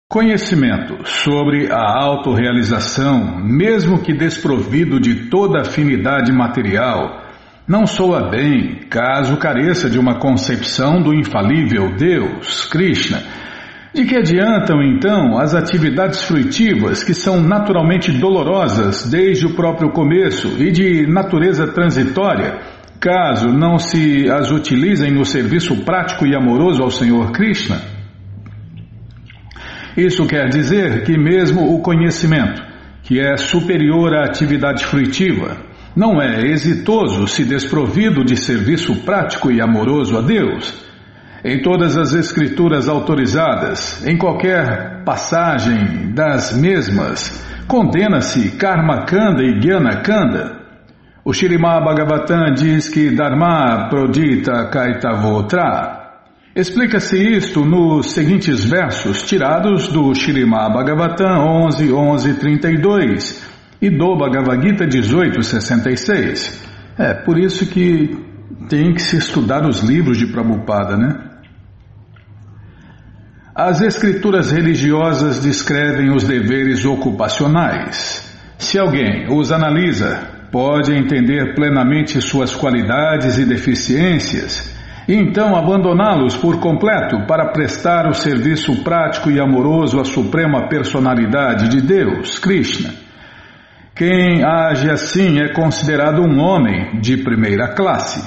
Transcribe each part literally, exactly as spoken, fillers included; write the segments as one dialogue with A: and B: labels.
A: Conhecimento sobre a autorrealização, mesmo que desprovido de toda afinidade material, não soa bem caso careça de uma concepção do infalível Deus, Krishna. De que adiantam, então, as atividades fruitivas que são naturalmente dolorosas desde o próprio começo e de natureza transitória, caso não se as utilizem no serviço prático e amoroso ao Senhor Krishna? Isso quer dizer que mesmo o conhecimento, que é superior à atividade fruitiva, não é exitoso se desprovido de serviço prático e amoroso a Deus. Em todas as escrituras autorizadas, em qualquer passagem das mesmas, condena-se Karma Kanda e Jnana Kanda. O Śrīmad Bhagavatam diz que Dharma Prodita Kaitavotra. Explica-se isto nos seguintes versos tirados do Śrīmad Bhagavatam onze, onze, trinta e dois e do Bhagavad Gita dezoito, sessenta e seis. É por isso que tem que se estudar os livros de Prabhupada, né? As escrituras religiosas descrevem os deveres ocupacionais. Se alguém os analisa, pode entender plenamente suas qualidades e deficiências, e então abandoná-los por completo para prestar o serviço prático e amoroso à suprema personalidade de Deus, Krishna. Quem age assim é considerado um homem de primeira classe.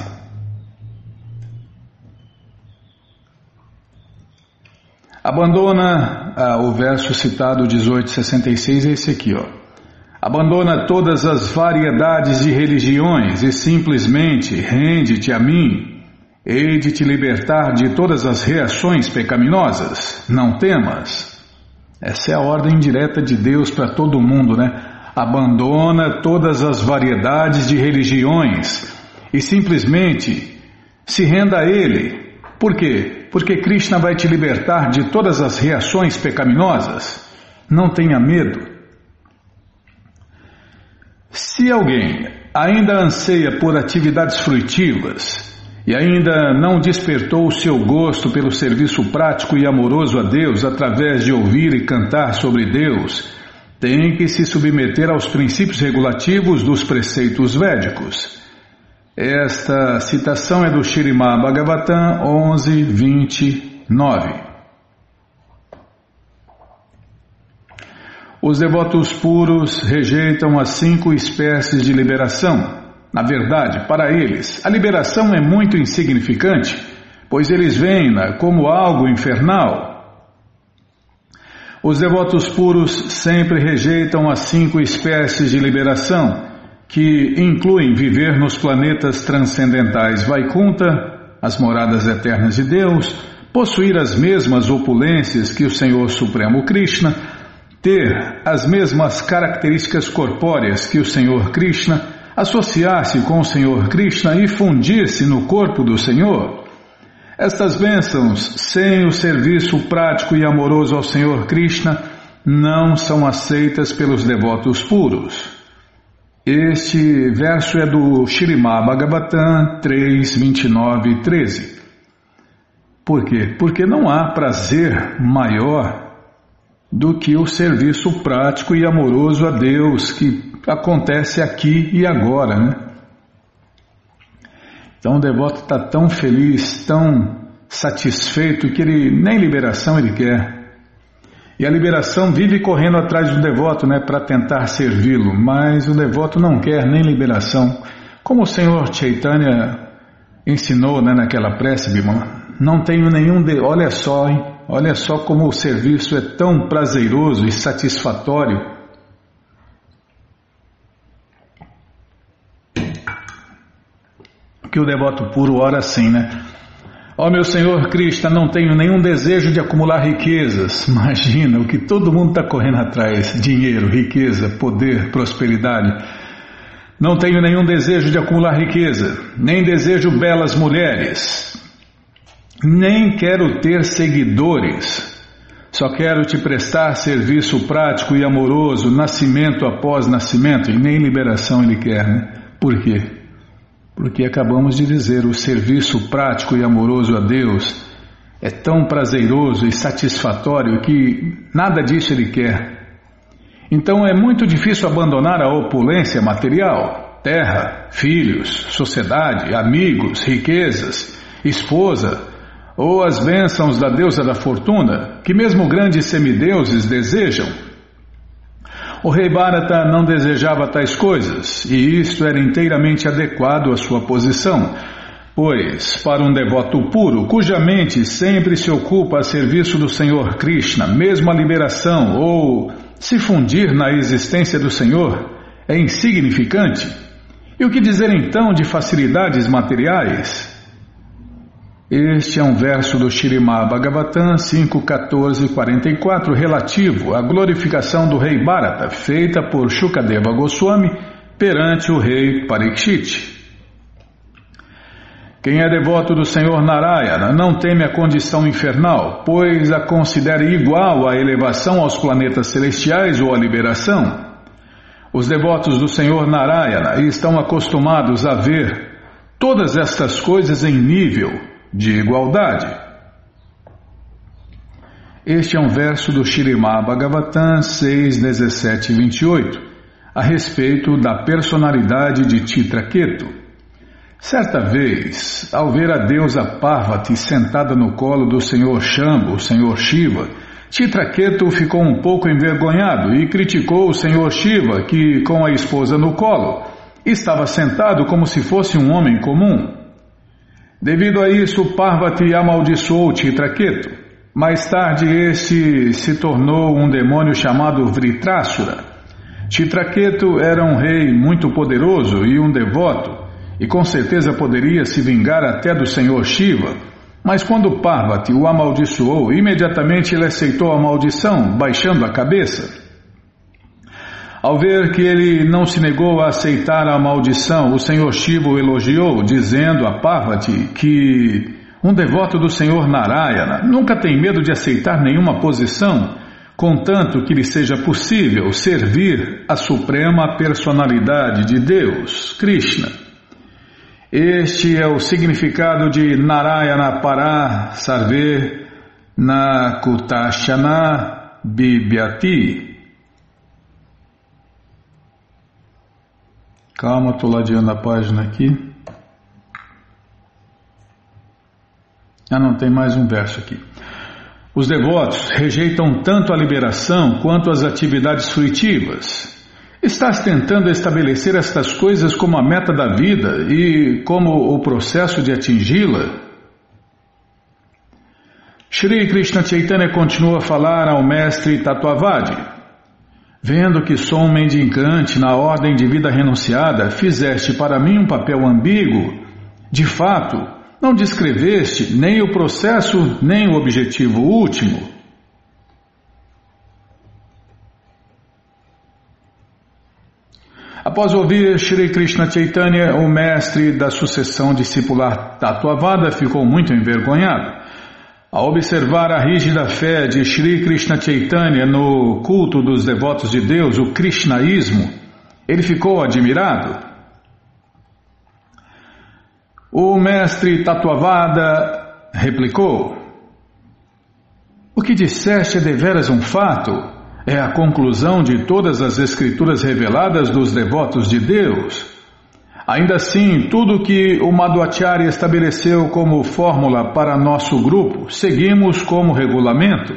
A: Abandona, ah, o verso citado dezoito, sessenta e seis é esse aqui, ó. Abandona todas as variedades de religiões e simplesmente rende-te a mim. Hei de te libertar de todas as reações pecaminosas. Não temas. Essa é a ordem direta de Deus para todo mundo, né? Abandona todas as variedades de religiões e simplesmente se renda a Ele. Por quê? Porque Krishna vai te libertar de todas as reações pecaminosas. Não tenha medo. Se alguém ainda anseia por atividades fruitivas e ainda não despertou o seu gosto pelo serviço prático e amoroso a Deus através de ouvir e cantar sobre Deus, tem que se submeter aos princípios regulativos dos preceitos védicos. Esta citação é do Śrīmad Bhagavatam onze, vinte e nove. Os devotos puros rejeitam as cinco espécies de liberação. Na verdade, para eles, a liberação é muito insignificante, pois eles veem-na como algo infernal. Os devotos puros sempre rejeitam as cinco espécies de liberação, que incluem viver nos planetas transcendentais Vaikunta, as moradas eternas de Deus, possuir as mesmas opulências que o Senhor Supremo Krishna, ter as mesmas características corpóreas que o Senhor Krishna, associar-se com o Senhor Krishna e fundir-se no corpo do Senhor. Estas bênçãos, sem o serviço prático e amoroso ao Senhor Krishna, não são aceitas pelos devotos puros. Este verso é do Śrīmad Bhagavatam três, vinte e nove e treze. Por quê? Porque não há prazer maior do que o serviço prático e amoroso a Deus que acontece aqui e agora, né? Então o devoto está tão feliz, tão satisfeito que ele nem liberação ele quer. E a liberação vive correndo atrás do devoto, né, para tentar servi-lo, mas o devoto não quer nem liberação. Como o Senhor Chaitanya ensinou, né, naquela prece, Bimala, não tenho nenhum de... Olha só, hein? Olha só como o serviço é tão prazeroso e satisfatório. Que o devoto puro ora assim, né? Ó meu Senhor Krishna, não tenho nenhum desejo de acumular riquezas. Imagina o que todo mundo está correndo atrás: dinheiro, riqueza, poder, prosperidade. Não tenho nenhum desejo de acumular riqueza, nem desejo belas mulheres, nem quero ter seguidores. Só quero te prestar serviço prático e amoroso, nascimento após nascimento, e nem liberação ele quer, né? Por quê? Porque acabamos de dizer, o serviço prático e amoroso a Deus é tão prazeroso e satisfatório que nada disso ele quer. Então é muito difícil abandonar a opulência material, terra, filhos, sociedade, amigos, riquezas, esposa ou as bênçãos da deusa da fortuna, que mesmo grandes semideuses desejam. O rei Bharata não desejava tais coisas, e isto era inteiramente adequado à sua posição, pois, para um devoto puro, cuja mente sempre se ocupa a serviço do Senhor Krishna, mesmo a liberação ou se fundir na existência do Senhor é insignificante. E o que dizer então de facilidades materiais? Este é um verso do Śrīmad Bhagavatam cinco, quatorze e quarenta e quatro relativo à glorificação do rei Bharata, feita por Shukadeva Goswami perante o rei Parikshit. Quem é devoto do Senhor Narayana não teme a condição infernal, pois a considera igual à elevação aos planetas celestiais ou à liberação. Os devotos do Senhor Narayana estão acostumados a ver todas estas coisas em nível de igualdade. Este é um verso do Śrīmad Bhagavatam seis, dezessete e vinte e oito, a respeito da personalidade de Chitraketu. Certa vez, ao ver a deusa Parvati sentada no colo do Senhor Shambhu, o Senhor Shiva, Chitraketu ficou um pouco envergonhado e criticou o Senhor Shiva, que, com a esposa no colo, estava sentado como se fosse um homem comum. Devido a isso, Parvati amaldiçoou Chitraketu. Mais tarde, este se tornou um demônio chamado Vritrasura. Chitraketu era um rei muito poderoso e um devoto, e com certeza poderia se vingar até do Senhor Shiva, mas quando Parvati o amaldiçoou, imediatamente ele aceitou a maldição, baixando a cabeça. Ao ver que ele não se negou a aceitar a maldição, o Senhor Shiva o elogiou, dizendo a Parvati que um devoto do Senhor Narayana nunca tem medo de aceitar nenhuma posição, contanto que lhe seja possível servir a suprema personalidade de Deus, Krishna. Este é o significado de Narayana Para Sarve Nakutashana Bibhyati. Calma, estou ladeando a página aqui. Ah, não, tem mais um verso aqui. Os devotos rejeitam tanto a liberação quanto as atividades fruitivas. Estás tentando estabelecer estas coisas como a meta da vida e como o processo de atingi-la? Shri Krishna Chaitanya continua a falar ao mestre Tattvavadi. Vendo que sou um mendicante na ordem de vida renunciada, fizeste para mim um papel ambíguo. De fato, não descreveste nem o processo, nem o objetivo último. Após ouvir Shri Krishna Chaitanya, o mestre da sucessão discipular Tattvavada ficou muito envergonhado. Ao observar a rígida fé de Shri Krishna Chaitanya no culto dos devotos de Deus, o Krishnaísmo, ele ficou admirado. O mestre Tattvavada replicou: o que disseste é deveras um fato, é a conclusão de todas as escrituras reveladas dos devotos de Deus. Ainda assim, tudo que o Madhvacharya estabeleceu como fórmula para nosso grupo, seguimos como regulamento.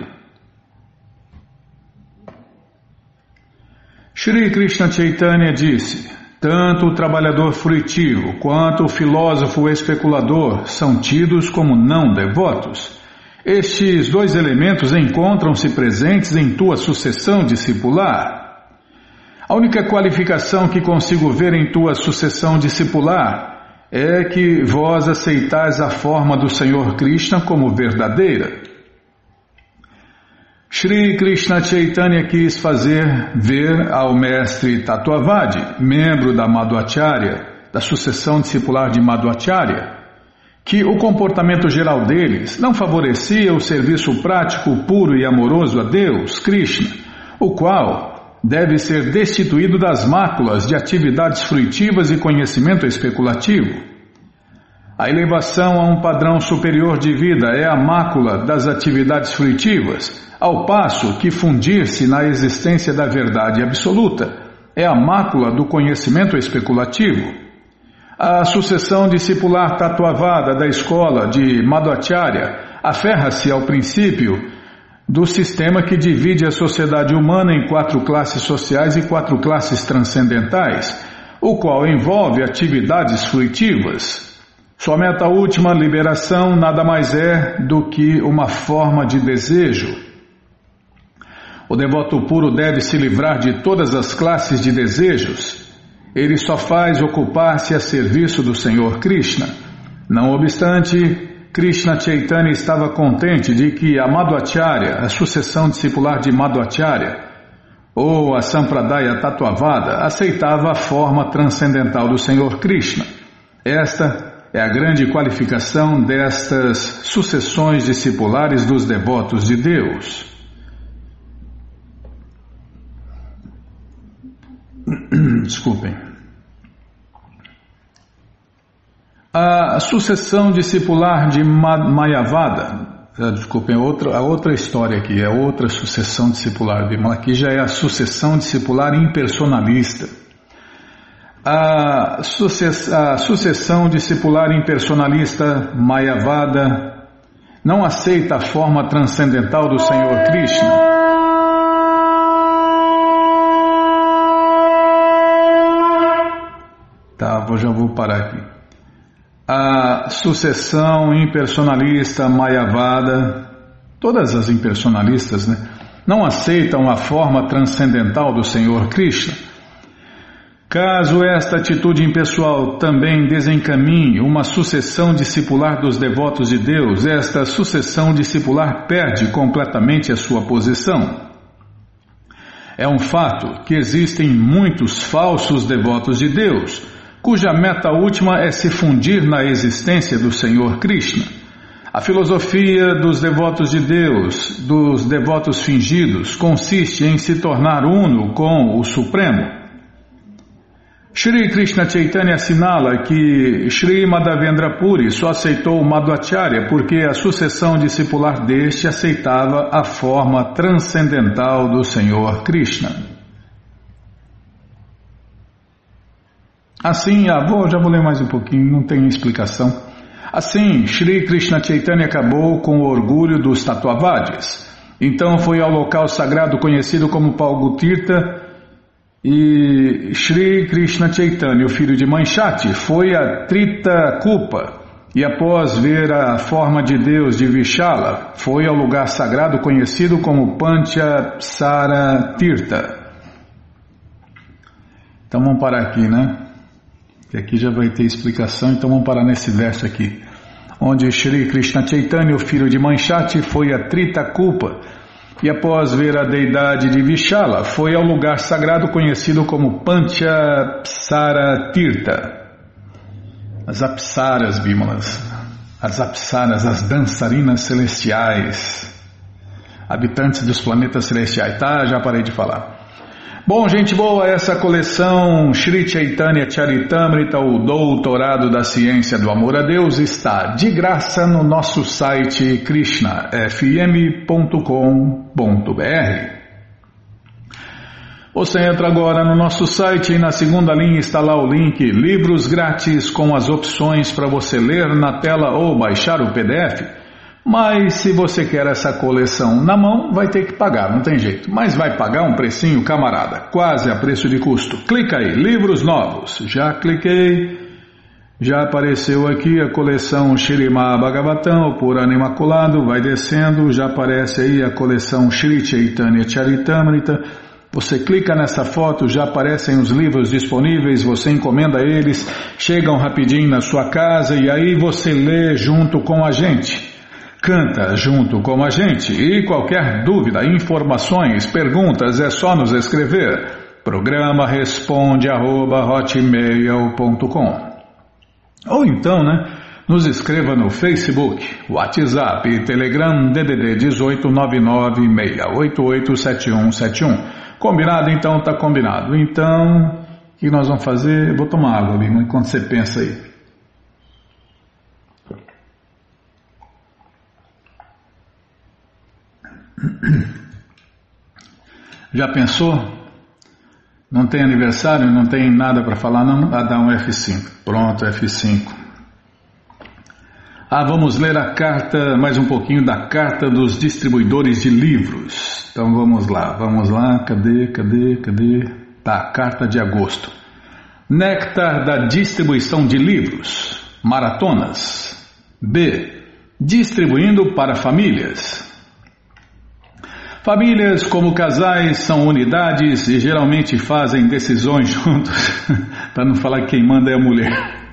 A: Shri Krishna Chaitanya disse: tanto o trabalhador frutivo quanto o filósofo especulador são tidos como não devotos. Estes dois elementos encontram-se presentes em tua sucessão discipular. A única qualificação que consigo ver em tua sucessão discipular é que vós aceitais a forma do Senhor Krishna como verdadeira. Shri Krishna Chaitanya quis fazer ver ao mestre Tattvavadi, membro da Madhvacharya, da sucessão discipular de Madhvacharya, que o comportamento geral deles não favorecia o serviço prático, puro e amoroso a Deus, Krishna, o qual deve ser destituído das máculas de atividades fruitivas e conhecimento especulativo. A elevação a um padrão superior de vida é a mácula das atividades fruitivas, ao passo que fundir-se na existência da verdade absoluta é a mácula do conhecimento especulativo. A sucessão discipular tatuavada da escola de Madhvacharya aferra-se ao princípio do sistema que divide a sociedade humana em quatro classes sociais e quatro classes transcendentais, o qual envolve atividades fruitivas. Sua meta última, liberação, nada mais é do que uma forma de desejo. O devoto puro deve se livrar de todas as classes de desejos. Ele só faz ocupar-se a serviço do Senhor Krishna. Não obstante, Krishna Chaitanya estava contente de que a Madhvacharya, a sucessão discipular de Madhvacharya, ou a Sampradaya Tatuavada, aceitava a forma transcendental do Senhor Krishna. Esta é a grande qualificação destas sucessões discipulares dos devotos de Deus. Desculpem. A sucessão discipular de Mayavada, desculpem, outra, a outra história aqui, é outra sucessão discipular. Aqui já é a sucessão discipular impersonalista. A, sucess, a sucessão discipular impersonalista Mayavada não aceita a forma transcendental do Senhor Krishna. Tá, já vou parar aqui. A sucessão impersonalista Mayavada, todas as impersonalistas, né, não aceitam a forma transcendental do Senhor Krishna. Caso esta atitude impessoal também desencaminhe uma sucessão discipular dos devotos de Deus, esta sucessão discipular perde completamente a sua posição. É um fato que existem muitos falsos devotos de Deus, cuja meta última é se fundir na existência do Senhor Krishna. A filosofia dos devotos de Deus, dos devotos fingidos, consiste em se tornar uno com o Supremo. Shri Krishna Chaitanya assinala que Shri Madhavendra Puri só aceitou o Madhvacharya porque a sucessão discipular deste aceitava a forma transcendental do Senhor Krishna. Assim, ah, vou, já vou ler mais um pouquinho, não tem explicação. Assim, Shri Krishna Chaitanya acabou com o orgulho dos Tatuavadis. Então foi ao local sagrado conhecido como Palgutirtha, e Shri Krishna Chaitanya, o filho de Manchati, foi a Trita Kupa e após ver a forma de Deus de Vishala, foi ao lugar sagrado conhecido como Panchapsara Tirtha. Então vamos parar aqui, né? Que aqui já vai ter explicação, então vamos parar nesse verso aqui. Onde Shri Krishna Chaitanya, o filho de Manchati, foi a Trita Kupa e após ver a deidade de Vishala, foi ao lugar sagrado conhecido como Panchapsara Tirtha. As apsaras, Bimalas, as apsaras, as dançarinas celestiais, habitantes dos planetas celestiais. Tá, já parei de falar. Bom, gente boa, essa coleção Shri Chaitanya Charitamrita, o Doutorado da Ciência do Amor a Deus, está de graça no nosso site krishna f m ponto com ponto b r. Você entra agora no nosso site e na segunda linha está lá o link Livros Grátis com as opções para você ler na tela ou baixar o P D F. Mas se você quer essa coleção na mão, vai ter que pagar, não tem jeito. Mas vai pagar um precinho, camarada, quase a preço de custo. Clica aí, livros novos. Já cliquei, já apareceu aqui a coleção Śrīmad Bhagavatam, o Purana Imaculado, vai descendo, já aparece aí a coleção Shri Chaitanya Charitamrita. Você clica nessa foto, já aparecem os livros disponíveis, você encomenda eles, chegam rapidinho na sua casa e aí você lê junto com a gente. Canta junto com a gente e qualquer dúvida, informações, perguntas é só nos escrever. Programa responde arroba hotmail ponto com. Ou então, né, nos escreva no Facebook, WhatsApp e Telegram D D D dezoito nove nove seis oito oito sete um sete um. Combinado? Então tá combinado. Então, o que nós vamos fazer? Eu vou tomar água, Bima, enquanto você pensa aí. Já pensou? Não tem aniversário, não tem nada para falar, não? Ah, dá um F cinco. Pronto, F cinco. Ah, vamos ler a carta, mais um pouquinho da carta dos distribuidores de livros. Então vamos lá, vamos lá, cadê, cadê, cadê? Tá, carta de agosto. Néctar da distribuição de livros, maratonas. B. Distribuindo para famílias. Famílias, como casais, são unidades e geralmente fazem decisões juntos, para não falar que quem manda é a mulher.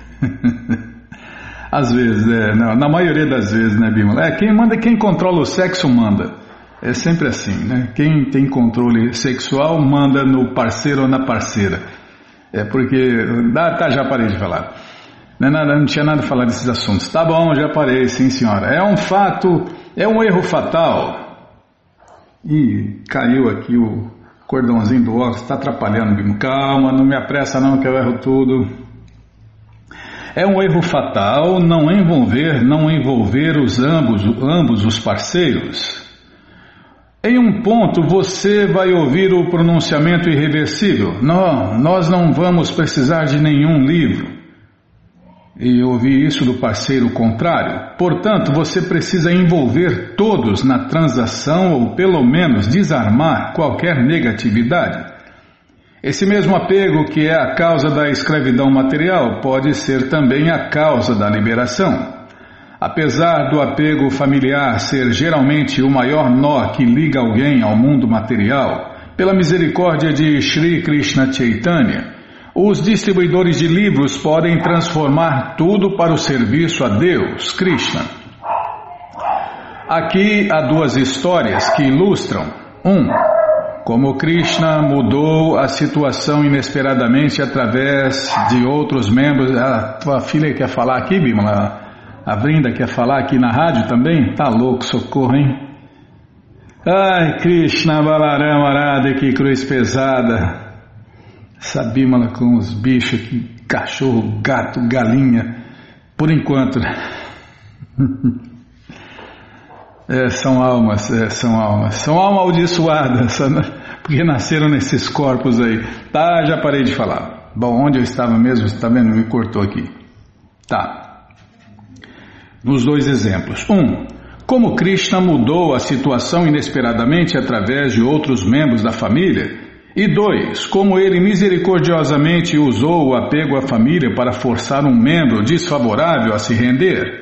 A: Às vezes, é, não, na maioria das vezes, né, Bímola? É, quem manda, quem controla o sexo manda. É sempre assim, né? Quem tem controle sexual manda no parceiro ou na parceira. É porque... Ah, tá, já parei de falar. Não, é nada, não tinha nada a falar desses assuntos. Tá bom, já parei, sim senhora. É um fato, é um erro fatal. Ih, caiu aqui o cordãozinho do óculos, está atrapalhando, Bímola. Calma, não me apressa não que eu erro tudo. É um erro fatal não envolver, não envolver os ambos, ambos os parceiros. Em um ponto você vai ouvir o pronunciamento irreversível. Não, nós não vamos precisar de nenhum livro. E ouvir isso do parceiro contrário. Portanto, você precisa envolver todos na transação ou pelo menos desarmar qualquer negatividade. Esse mesmo apego que é a causa da escravidão material pode ser também a causa da liberação. Apesar do apego familiar ser geralmente o maior nó que liga alguém ao mundo material, pela misericórdia de Shri Krishna Chaitanya, os distribuidores de livros podem transformar tudo para o serviço a Deus, Krishna. Aqui há duas histórias que ilustram. Um, como Krishna mudou a situação inesperadamente através de outros membros. A tua filha quer falar aqui, Bímola? A Brinda quer falar aqui na rádio também? Tá louco, socorro, hein? Ai, Krishna, Balarama, Arada, que cruz pesada. Essa Bímola com os bichos aqui, cachorro, gato, galinha, por enquanto. É, são almas, é, são almas, são almas amaldiçoadas, porque nasceram nesses corpos aí. Tá, já parei de falar. Bom, onde eu estava mesmo, você está vendo? Me cortou aqui. Tá. Nos dois exemplos. Um, como Krishna mudou a situação inesperadamente através de outros membros da família. E dois, como ele misericordiosamente usou o apego à família para forçar um membro desfavorável a se render.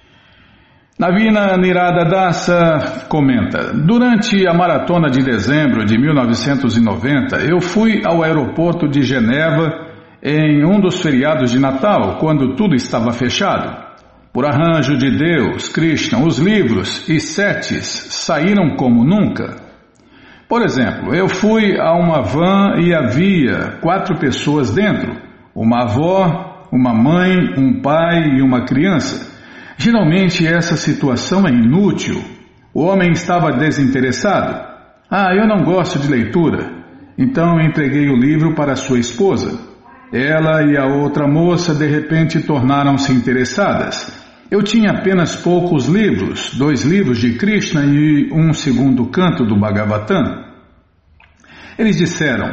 A: Navina Nirada Dasa comenta: durante a maratona de dezembro de mil novecentos e noventa, eu fui ao aeroporto de Geneva em um dos feriados de Natal, quando tudo estava fechado. Por arranjo de Deus, Krishna, os livros e setes saíram como nunca. Por exemplo, eu fui a uma van e havia quatro pessoas dentro, uma avó, uma mãe, um pai e uma criança. Geralmente essa situação é inútil. O homem estava desinteressado. Ah, eu não gosto de leitura. Então entreguei o livro para sua esposa. Ela e a outra moça de repente tornaram-se interessadas. Eu tinha apenas poucos livros, dois livros de Krishna e um segundo canto do Bhagavatam. Eles disseram: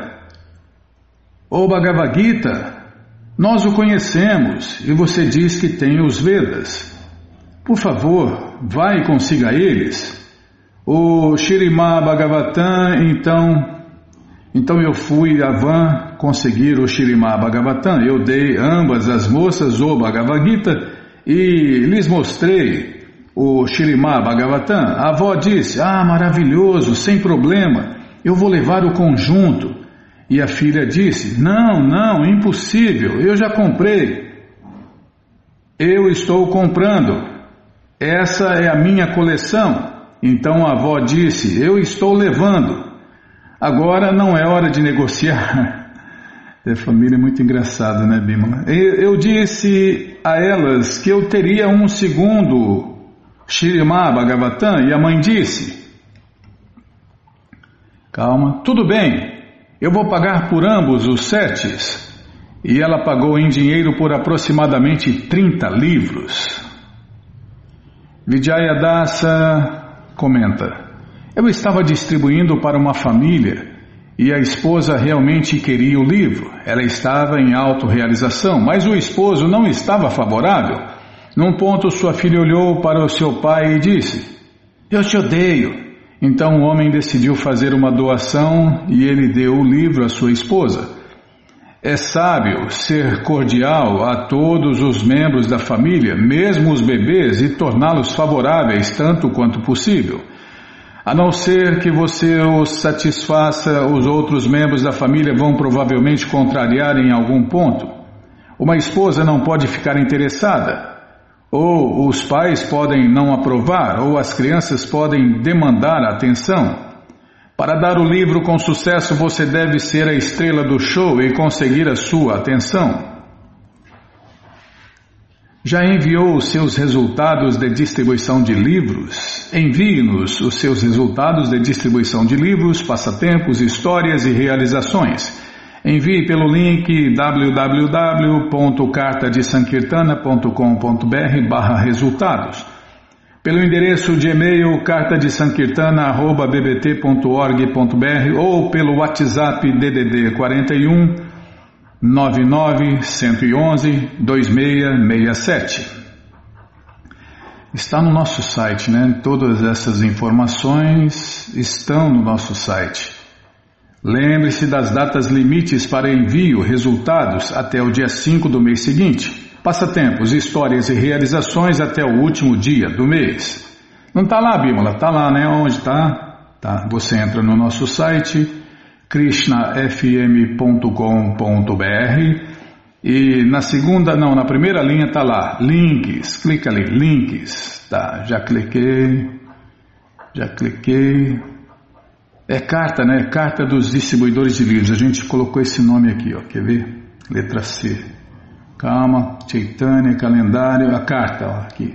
A: "Ô Bhagavad Gita, nós o conhecemos e você diz que tem os Vedas. Por favor, vá e consiga eles." O Shrimad Bhagavatam, então... Então eu fui à van conseguir o Shrimad Bhagavatam. Eu dei ambas as moças o Bhagavad Gita e lhes mostrei o Shrimad Bhagavatam. A avó disse: "Ah, maravilhoso, sem problema, eu vou levar o conjunto." E a filha disse: "Não, não, impossível, eu já comprei." "Eu estou comprando, essa é a minha coleção." Então a avó disse: "Eu estou levando. Agora não é hora de negociar." É família muito engraçada, né, Bímola? Eu disse a elas que eu teria um segundo Shrimad Bhagavatam e a mãe disse: "Calma, tudo bem, eu vou pagar por ambos os setes." E ela pagou em dinheiro por aproximadamente trinta livros. Vijayadasa comenta: Eu estava distribuindo para uma família e a esposa realmente queria o livro. Ela estava em autorrealização, mas o esposo não estava favorável. Num ponto, sua filha olhou para o seu pai e disse: "Eu te odeio." Então o homem decidiu fazer uma doação e ele deu o livro à sua esposa. É sábio ser cordial a todos os membros da família, mesmo os bebês, e torná-los favoráveis tanto quanto possível. A não ser que você os satisfaça, os outros membros da família vão provavelmente contrariar em algum ponto. Uma esposa não pode ficar interessada, ou os pais podem não aprovar, ou as crianças podem demandar atenção. Para dar o livro com sucesso, você deve ser a estrela do show e conseguir a sua atenção. Já enviou os seus resultados de distribuição de livros? Envie-nos os seus resultados de distribuição de livros, passatempos, histórias e realizações. Envie pelo link w w w ponto carta de sankirtana ponto com ponto b r barra resultados. Pelo endereço de e-mail carta de sankirtana arroba b b t ponto org ponto b r ou pelo WhatsApp D D D quarenta e um, nove nove, um um um, dois seis seis sete. Está no nosso site, né? Todas essas informações estão no nosso site. Lembre-se das datas limites para envio, resultados até o dia cinco do mês seguinte. Passatempos, histórias e realizações até o último dia do mês. Não está lá, Bímola? Está lá, né? Onde está? Tá. Você entra no nosso site krishna f m ponto com ponto b r e na segunda, não, na primeira linha está lá, links, clica ali, links. Tá, já cliquei, já cliquei. É carta, né? Carta dos distribuidores de livros. A gente colocou esse nome aqui, ó. Quer ver? Letra C. Calma, Chaitanya, calendário, a carta, ó, aqui.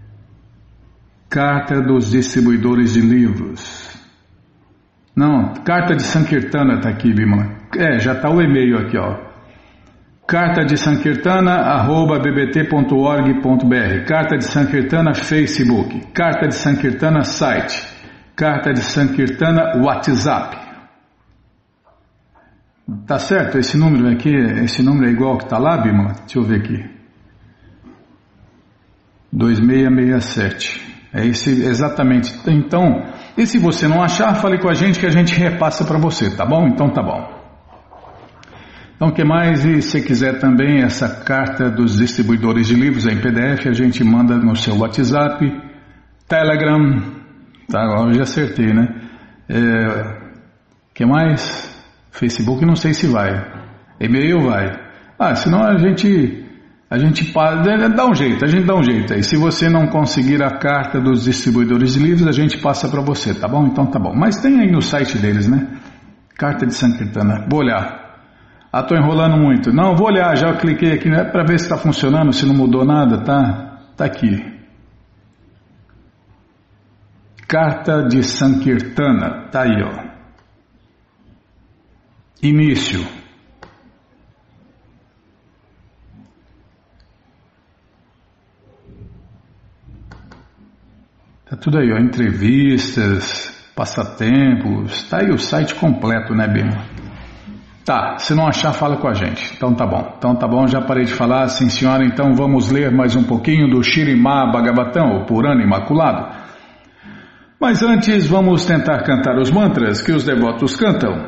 A: Carta dos distribuidores de livros. Não, carta de Sankirtana está aqui, Bimala. É, já está o e-mail aqui, ó. Carta de Sankirtana, arroba b b t ponto org ponto b r. Carta de Sankirtana, Facebook. Carta de Sankirtana, site. Carta de Sankirtana, WhatsApp. Tá certo? Esse número aqui, esse número é igual ao que está lá, Bimala? Deixa eu ver aqui. dois seis seis sete. É esse exatamente. Então, e se você não achar, fale com a gente que a gente repassa para você, tá bom? Então tá bom. Então o que mais? E se quiser também essa carta dos distribuidores de livros em P D F, a gente manda no seu WhatsApp, Telegram, tá? Agora eu já acertei, né? É, que mais? Facebook não sei se vai, e-mail vai. Ah, senão a gente, a gente dá um jeito, a gente dá um jeito aí. Se você não conseguir a carta dos distribuidores de livros, a gente passa para você, tá bom? Então tá bom. Mas tem aí no site deles, né? Carta de Sankirtana. Vou olhar. Ah, tô enrolando muito. Não, vou olhar, já cliquei aqui, né, para ver se está funcionando, se não mudou nada, tá? Tá aqui. Carta de Sankirtana, tá aí, ó. Início. Tá tudo aí, ó, entrevistas, passatempos, tá aí o site completo, né, Bima? Tá, se não achar, fala com a gente. Então tá bom, então tá bom, já parei de falar, sim senhora, então vamos ler mais um pouquinho do Śrīmad Bhagavatam, o Purana Imaculado. Mas antes vamos tentar cantar os mantras que os devotos cantam.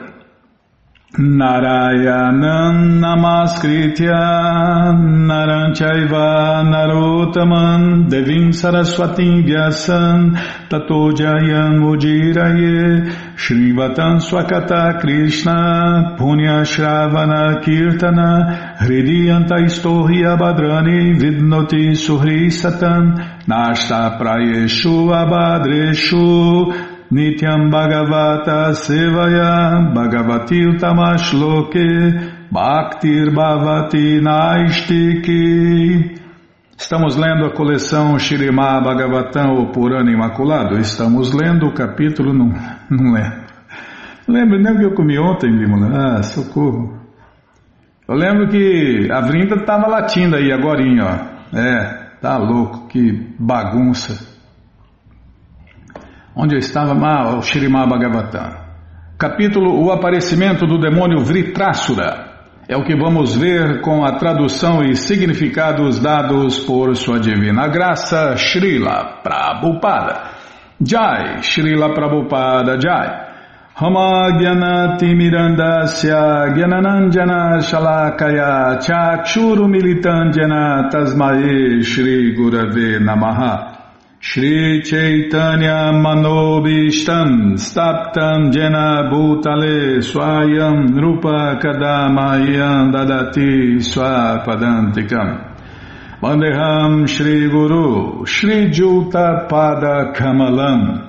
A: Narayanam namaskritya naram chaiva narottaman devim saraswatim vyasam tato jayam udiraye shrivatam swakata krishna punya shravana kirtana hridiyanta istohi abhadrani vidnoti suhri satam nashta prayeshu abhadreshu Nityam Bhagavata Sevaya Bhagavati Utamashloke Bhaktir Bhavati Naistiki. Estamos lendo a coleção Śrīmad Bhagavatam, o Purana Imaculado. Estamos lendo o capítulo, não, não lembro. Lembro nem o que eu comi ontem, Bimala. Ah, socorro. Eu lembro que a Vrinda estava latindo aí agorinha, ó. É, tá louco, que bagunça. Onde eu estava? Ah, o Śrīmad Bhagavatam. Capítulo O Aparecimento do Demônio Vritrasura. É o que vamos ver com a tradução e significados dados por Sua Divina Graça, Srila Prabhupada. Jai, Srila Prabhupada Jai. Hama Gyanati Mirandasya Gyananandjana Shalakaya Chakshuru Militandjana Tasmae Shri Gurave Namaha. Shri Chaitanya Manobishtam Staptam Jena Bhutale Swayam Rupa Kadamayam Dadati Swapadantikam Vandeham Shri Guru Shri Juta Pada Kamalam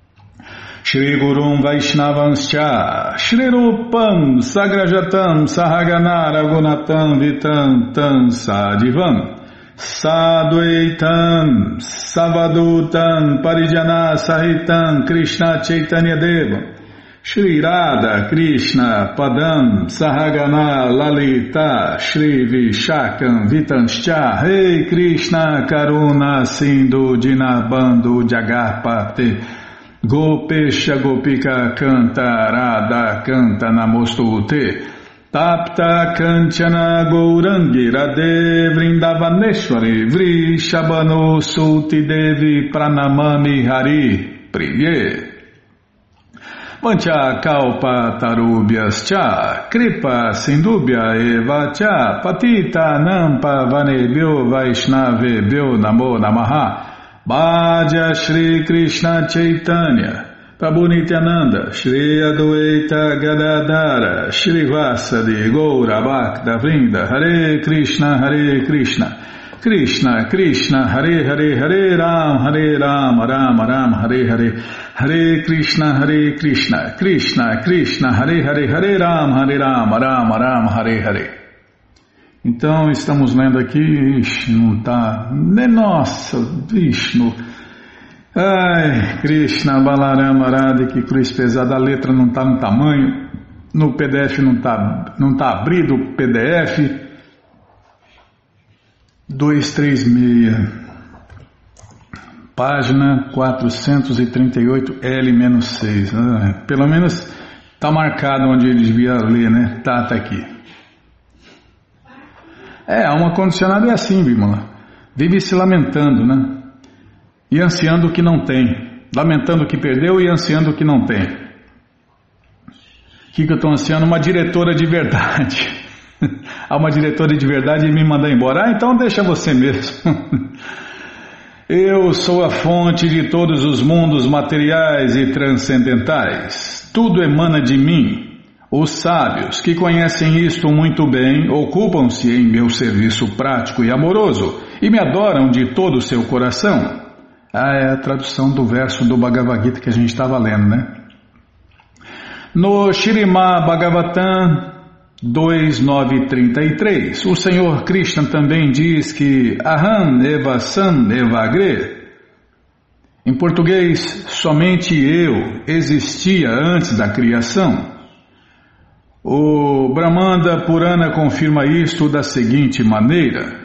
A: Shri Gurum Vaishnavanscha Shri Rupam Sagrajatam Sahagana Ragunatam Vitam Tam Sadivam Sadvaitam Savadutam Parijana Sahitam Krishna Chaitanya Deva Shri Radha Krishna Padam Sahagana Lalita Shri Vishakam Vitanscha Rei Krishna Karuna Sindhu Dinabandhu Jagarpate Gopesha Gopika Canta Radha Canta Namostute Tapta Kanchana Gourangi Radhe Vrindavaneshwari Vri Shabano Sulti Devi Pranamami Hari Priye Vancha Kalpa Tarubhyas Cha Kripa Sindubhya Eva Cha Patita Nampa Vanebhyo Vaishnavebhyo Namo Namaha Bhaja Shri Krishna Chaitanya Prabhu Nityananda, Shri Adwaita Gadadhara, Shri Vasadi Goura Bhakta Vrinda, Hare Krishna, Hare Krishna, Krishna, Krishna, Hare Hare, Hare Ram, Hare Ram, Ram Ram, Hare Hare, Hare Krishna, Hare Krishna, Krishna, Krishna, Hare Hare, Hare Ram, Hare Ram, Ram Ram, Hare Hare. Então, estamos lendo aqui, ixi, não está, nossa, Vishnu. Ai, Krishna, Balarama, Radha, que cruz pesada, a letra não está no tamanho, no P D F não está não tá abrido o P D F, duzentos e trinta e seis, página quatrocentos e trinta e oito, L seis, ah, pelo menos está marcado onde ele devia ler, né? Tá, tá aqui. É, a alma condicionada é assim, Bimala, vive se lamentando, né? E ansiando o que não tem, lamentando o que perdeu e ansiando o que não tem. O que, que eu estou ansiando? Uma diretora de verdade. Há uma diretora de verdade e me mandar embora. Ah, então deixa você mesmo. Eu sou a fonte de todos os mundos materiais e transcendentais. Tudo emana de mim. Os sábios, que conhecem isto muito bem, ocupam-se em meu serviço prático e amoroso e me adoram de todo o seu coração. Ah, é a tradução do verso do Bhagavad Gita que a gente estava lendo, né? No Śrīmad Bhagavatam dois nove trinta e três, o Senhor Krishna também diz que Aham eva san eva agre. Em português, somente eu existia antes da criação. O Brahmanda Purana confirma isto da seguinte maneira.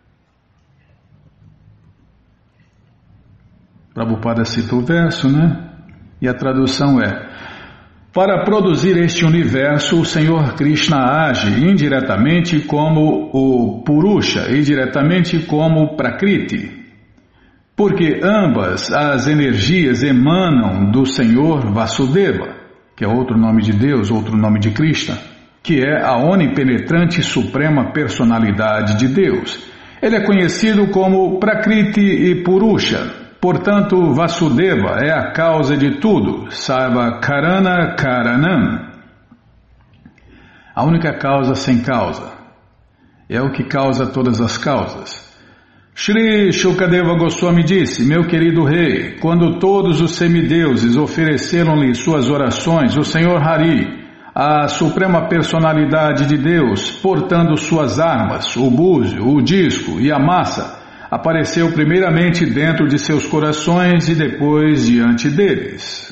A: Prabhupada cita o verso, né? E a tradução é: para produzir este universo, o Senhor Krishna age indiretamente como o Purusha e diretamente como o Prakriti, porque ambas as energias emanam do Senhor Vasudeva, que é outro nome de Deus, outro nome de Krishna, que é a onipenetrante suprema personalidade de Deus. Ele é conhecido como Prakriti e Purusha. Portanto, Vasudeva é a causa de tudo, Sarva Karana Karanam. A única causa sem causa. É o que causa todas as causas. Shri Shukadeva Goswami disse, meu querido rei, quando todos os semideuses ofereceram-lhe suas orações, o Senhor Hari, a suprema personalidade de Deus, portando suas armas, o búzio, o disco e a massa, apareceu primeiramente dentro de seus corações e depois diante deles.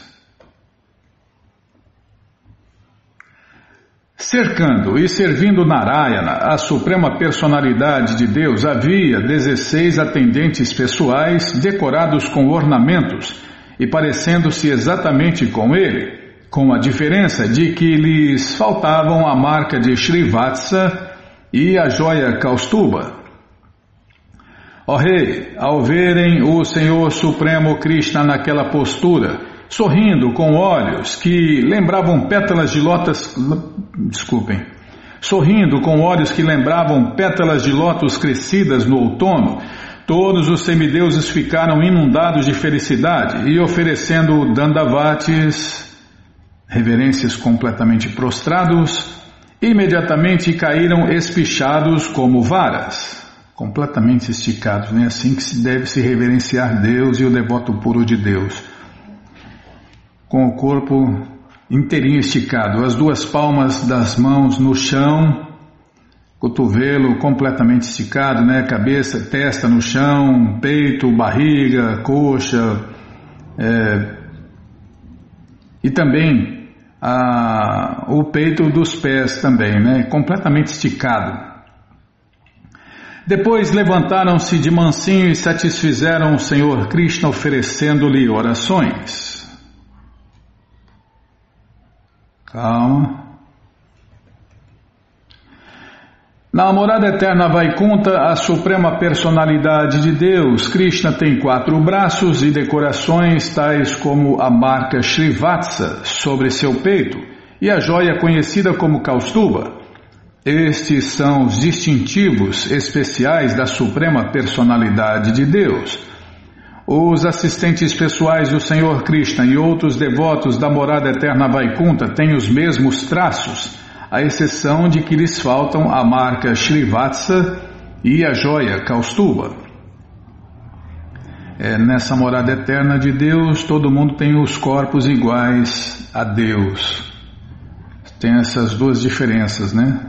A: Cercando e servindo Narayana, a suprema personalidade de Deus, havia dezesseis atendentes pessoais decorados com ornamentos e parecendo-se exatamente com ele, com a diferença de que lhes faltavam a marca de Srivatsa e a joia Kaustuba. Ó rei, ao verem o Senhor Supremo Krishna naquela postura, sorrindo com olhos que lembravam pétalas de lótus, desculpem, sorrindo com olhos que lembravam pétalas de lótus crescidas no outono, todos os semideuses ficaram inundados de felicidade e oferecendo dandavatis, reverências completamente prostrados, imediatamente caíram espichados como varas, completamente esticados. É assim que se deve se reverenciar Deus e o devoto puro de Deus, com o corpo inteirinho esticado, as duas palmas das mãos no chão, cotovelo completamente esticado, né? Cabeça, testa no chão, peito, barriga, coxa, é, e também a, o peito dos pés também, né? Completamente esticado. Depois levantaram-se de mansinho e satisfizeram o Senhor Krishna oferecendo-lhe orações. Calma. Na morada eterna Vaikunta, a suprema personalidade de Deus, Krishna, tem quatro braços e decorações tais como a marca Srivatsa sobre seu peito e a joia conhecida como Kaustuba. Estes são os distintivos especiais da suprema personalidade de Deus. Os assistentes pessoais do Senhor Krishna e outros devotos da morada eterna Vaikunta têm os mesmos traços, à exceção de que lhes faltam a marca Srivatsa e a joia Kaustuba. É, nessa morada eterna de Deus, todo mundo tem os corpos iguais a Deus. Tem essas duas diferenças, né?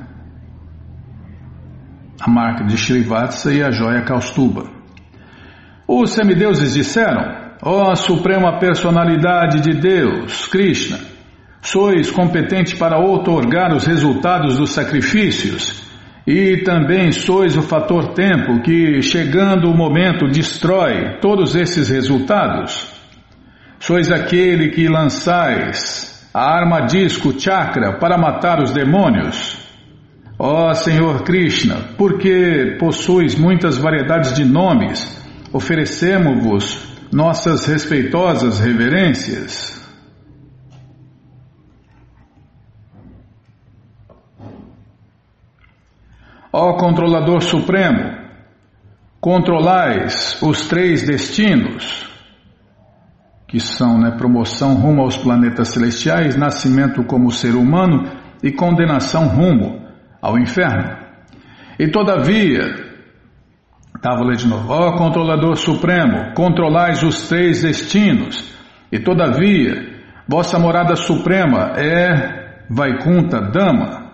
A: A marca de Srivatsa e a joia Kaustuba. Os semideuses disseram: ó Suprema Personalidade de Deus, Krishna, sois competente para outorgar os resultados dos sacrifícios e também sois o fator tempo que, chegando o momento, destrói todos esses resultados. Sois aquele que lançais a arma disco chakra para matar os demônios. Ó Senhor Krishna, porque possuis muitas variedades de nomes, oferecemos-vos nossas respeitosas reverências. Ó Controlador Supremo, controlais os três destinos, que são, né, promoção rumo aos planetas celestiais, nascimento como ser humano e condenação rumo ao inferno. E todavia, Tá, vou ler de novo. Ó Controlador Supremo, controlais os três destinos, e todavia, vossa morada suprema é Vaikunta Dama.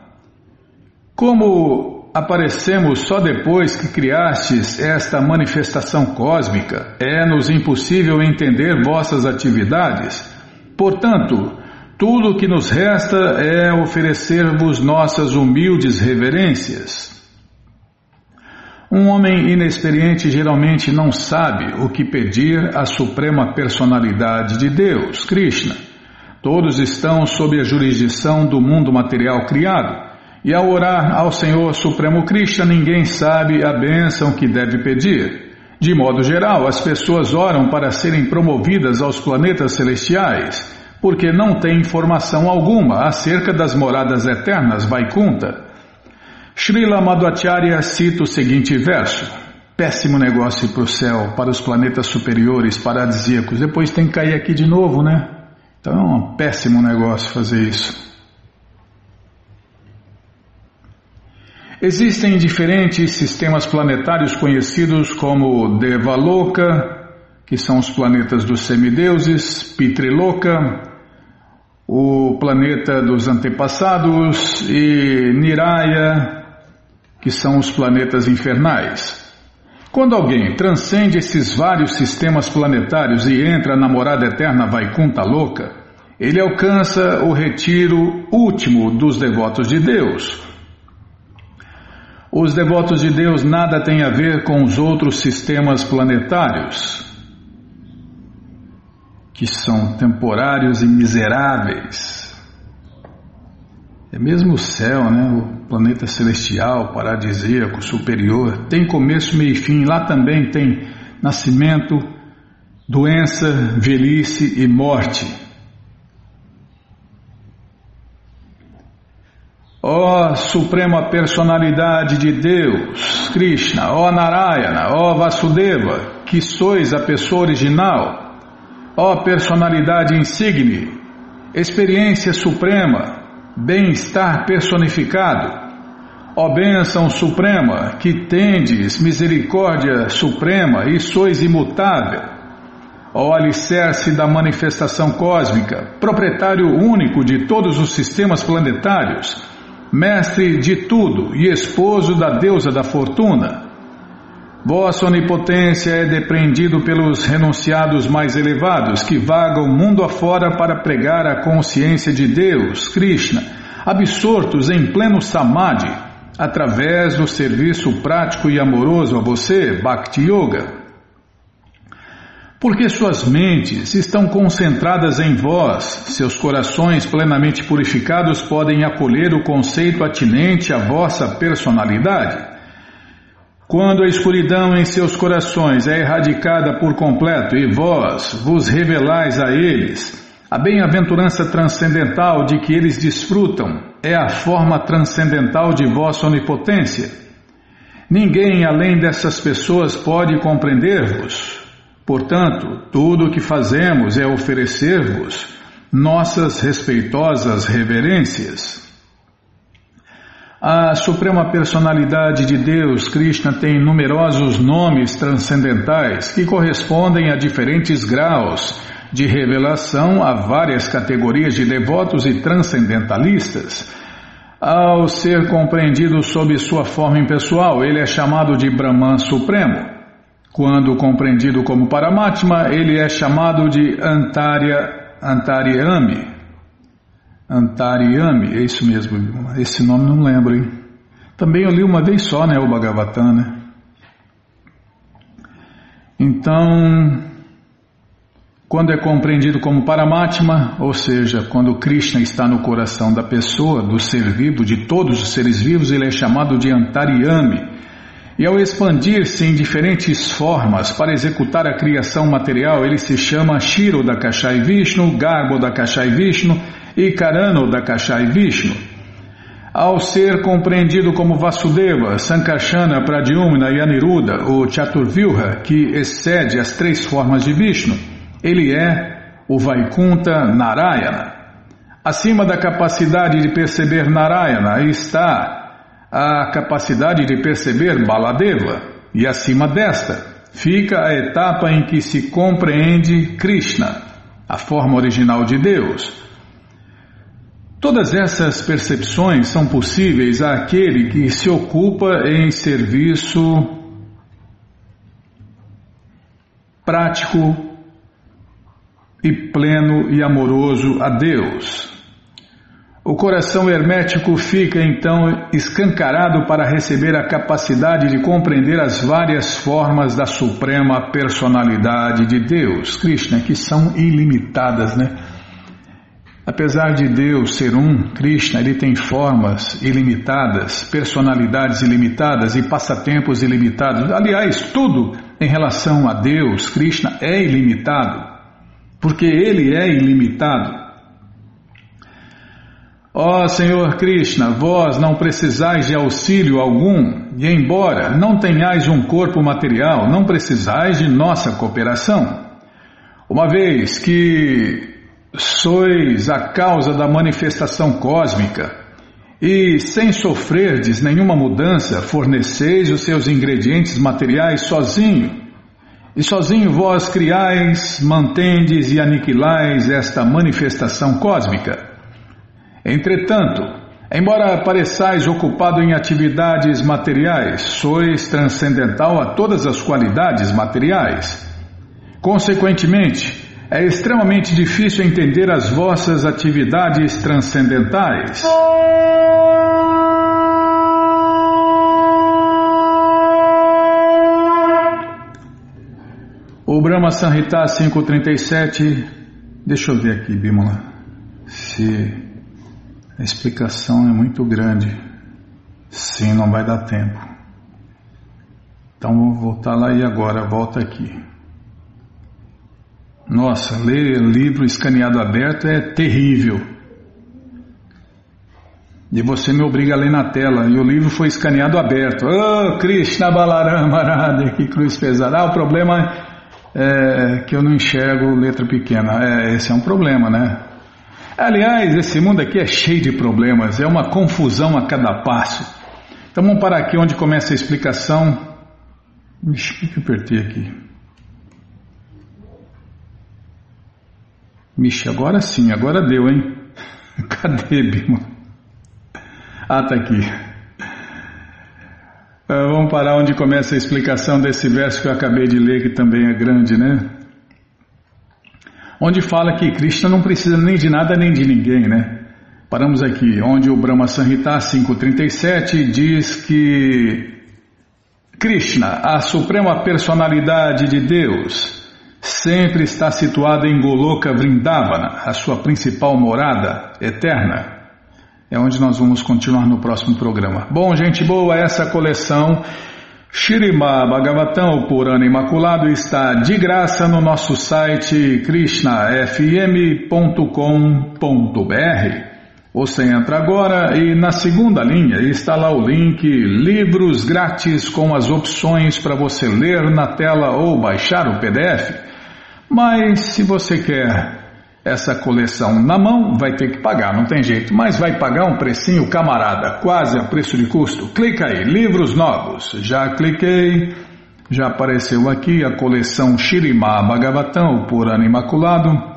A: Como aparecemos só depois que criastes esta manifestação cósmica, é-nos impossível entender vossas atividades. Portanto, tudo o que nos resta é oferecer-vos nossas humildes reverências. Um homem inexperiente geralmente não sabe o que pedir à suprema personalidade de Deus, Krishna. Todos estão sob a jurisdição do mundo material criado, e ao orar ao Senhor Supremo Krishna, ninguém sabe a bênção que deve pedir. De modo geral, as pessoas oram para serem promovidas aos planetas celestiais, porque não têm informação alguma acerca das moradas eternas Vaikunta. Srila Madhvacharya cita o seguinte verso: péssimo negócio para o céu, para os planetas superiores paradisíacos. Depois tem que cair aqui de novo, né? Então é um péssimo negócio fazer isso. Existem diferentes sistemas planetários conhecidos como Devaloka, que são os planetas dos semideuses, Pitriloka, o planeta dos antepassados, e Niraya, que são os planetas infernais. Quando alguém transcende esses vários sistemas planetários e entra na morada eterna Vaikunta Loka, ele alcança o retiro último dos devotos de Deus. Os devotos de Deus nada têm a ver com os outros sistemas planetários. que são temporários e miseráveis. É mesmo o céu, né? O planeta celestial, paradisíaco, superior, tem começo, meio e fim. Lá também tem nascimento, doença, velhice e morte. Ó Suprema Personalidade de Deus, Krishna, ó Narayana, ó Vasudeva, que sois a pessoa original, ó Personalidade insigne, experiência suprema, bem-estar personificado, ó bênção suprema, que tendes misericórdia suprema e sois imutável, ó alicerce da manifestação cósmica, proprietário único de todos os sistemas planetários, mestre de tudo e esposo da deusa da fortuna. Vossa onipotência é depreendido pelos renunciados mais elevados que vagam mundo afora para pregar a consciência de Deus, Krishna, absortos em pleno samadhi, através do serviço prático e amoroso a você, Bhakti Yoga. Porque suas mentes estão concentradas em vós, seus corações plenamente purificados podem acolher o conceito atinente à vossa personalidade. Quando a escuridão em seus corações é erradicada por completo e vós vos revelais a eles, a bem-aventurança transcendental de que eles desfrutam é a forma transcendental de vossa onipotência. Ninguém além dessas pessoas pode compreender-vos. Portanto, tudo o que fazemos é oferecer-vos nossas respeitosas reverências. A Suprema Personalidade de Deus, Krishna, tem numerosos nomes transcendentais que correspondem a diferentes graus de revelação a várias categorias de devotos e transcendentalistas. Ao ser compreendido sob sua forma impessoal, ele é chamado de Brahman Supremo. Quando compreendido como Paramatma, ele é chamado de Antarya, Antaryami. Antaryami, é isso mesmo, esse nome não lembro, hein? Também eu li uma vez só, né, o Bhagavatam, né? Então, quando é compreendido como Paramatma, ou seja, quando Krishna está no coração da pessoa, do ser vivo, de todos os seres vivos, ele é chamado de Antaryami. E ao expandir-se em diferentes formas para executar a criação material, ele se chama Kshirodakashai Vishnu, Garbhodakashai Vishnu e Karanodakashai Vishnu. Ao ser compreendido como Vasudeva, Sankarsana, Pradyumna e Aniruddha, o Chaturvyuha, que excede as três formas de Vishnu, ele é o Vaikunta Narayana. Acima da capacidade de perceber Narayana está a capacidade de perceber Baladeva, e acima desta fica a etapa em que se compreende Krishna, a forma original de Deus. Todas essas percepções são possíveis àquele que se ocupa em serviço prático e pleno e amoroso a Deus. O coração hermético fica então escancarado para receber a capacidade de compreender as várias formas da Suprema Personalidade de Deus, Krishna, que são ilimitadas, né? Apesar de Deus ser um, Krishna, ele tem formas ilimitadas, personalidades ilimitadas e passatempos ilimitados. Aliás, tudo em relação a Deus, Krishna, é ilimitado, porque ele é ilimitado. Ó Senhor Krishna, vós não precisais de auxílio algum, e embora não tenhais um corpo material, não precisais de nossa cooperação. Uma vez que sois a causa da manifestação cósmica, e sem sofrerdes nenhuma mudança, forneceis os seus ingredientes materiais sozinho, e sozinho vós criais, mantendes e aniquilais esta manifestação cósmica. Entretanto, embora pareçais ocupado em atividades materiais, sois transcendental a todas as qualidades materiais. Consequentemente, é extremamente difícil entender as vossas atividades transcendentais. O Brahma Samhita cinco trinta e sete Deixa eu ver aqui, Bímola, se a explicação é muito grande. Sim, não vai dar tempo. Então vou voltar lá e agora, volta aqui. Nossa, ler livro escaneado aberto é terrível. E você me obriga a ler na tela, e o livro foi escaneado aberto. Oh, Krishna Balarama Radha, que cruz pesada. Ah, o problema é que eu não enxergo letra pequena. É, esse é um problema, né? Aliás, esse mundo aqui é cheio de problemas, é uma confusão a cada passo. Então vamos parar aqui onde começa a explicação. Ixi, o que eu apertei aqui? Mixe, agora sim, agora deu, hein? Cadê, Bima? Ah, tá aqui. Uh, vamos parar onde começa a explicação desse verso que eu acabei de ler, que também é grande, né? Onde fala que Krishna não precisa nem de nada nem de ninguém, né? Paramos aqui, onde o Brahma Samhita cinco trinta e sete diz que Krishna, a suprema personalidade de Deus, sempre está situado em Goloka Vrindavana, a sua principal morada eterna. É onde nós vamos continuar no próximo programa. Bom, gente boa, essa coleção Śrīmad Bhagavatam, o Purana Imaculado, está de graça no nosso site krishna f m ponto com ponto b r. Você entra agora e na segunda linha está lá o link Livros Grátis com as opções para você ler na tela ou baixar o P D F. Mas se você quer essa coleção na mão, vai ter que pagar, não tem jeito. Mas vai pagar um precinho, camarada, quase a preço de custo. Clica aí, livros novos. Já cliquei, já apareceu aqui a coleção Śrīmad Bhagavatam, o Purana Imaculado.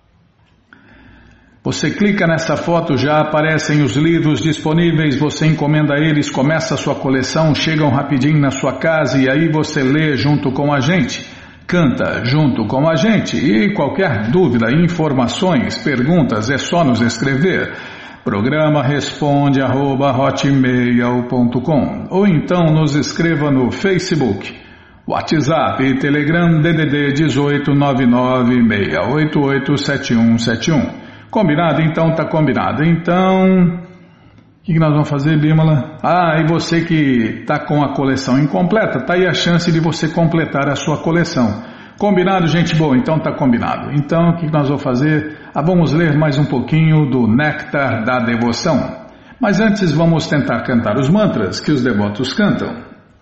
A: Você clica nessa foto, já aparecem os livros disponíveis, você encomenda eles, começa a sua coleção, chegam rapidinho na sua casa e aí você lê junto com a gente. Canta junto com a gente e qualquer dúvida, informações, perguntas, é só nos escrever. Programa responde arroba hotmail ponto com ou então nos escreva no Facebook, WhatsApp e Telegram D D D dezoito nove nove seis oito oito sete um sete um. Combinado? Então tá combinado. Então, o que, que nós vamos fazer, Bímola? Ah, e você que está com a coleção incompleta, está aí a chance de você completar a sua coleção. Combinado, gente boa? Então está combinado. Então, o que, que nós vamos fazer? Ah, vamos ler mais um pouquinho do Néctar da Devoção. Mas antes vamos tentar cantar os mantras que os devotos cantam.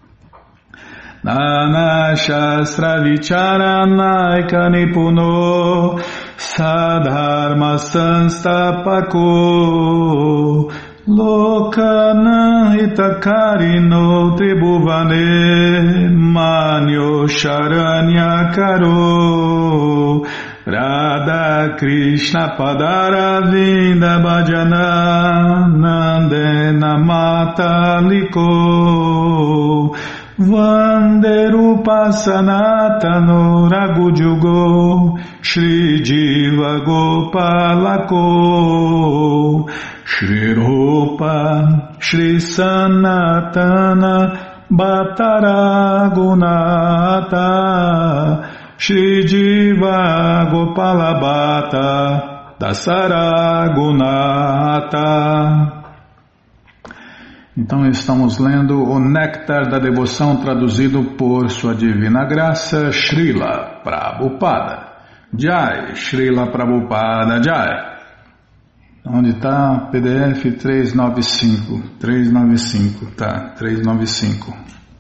A: Nana Shastra Vicharanaika Nipuno Sadharma Sanstapako Lokana Hitakarino Tribhuvane Manyo Sharanyakaro Radha Krishna Padaravinda Bhajana Nandena Mataliko Vanderupa Sanatano Raghujugo Shri Jiva Gopalako Shri Rupa Shri Sanatana Bhattaragunata Shri Jiva Gopalabhata Dasaragunata. Então estamos lendo o Néctar da Devoção traduzido por Sua Divina Graça Srila Prabhupada. Jai, Srila Prabhupada Jai. Onde está? P D F trezentos e noventa e cinco. trezentos e noventa e cinco, tá, trezentos e noventa e cinco.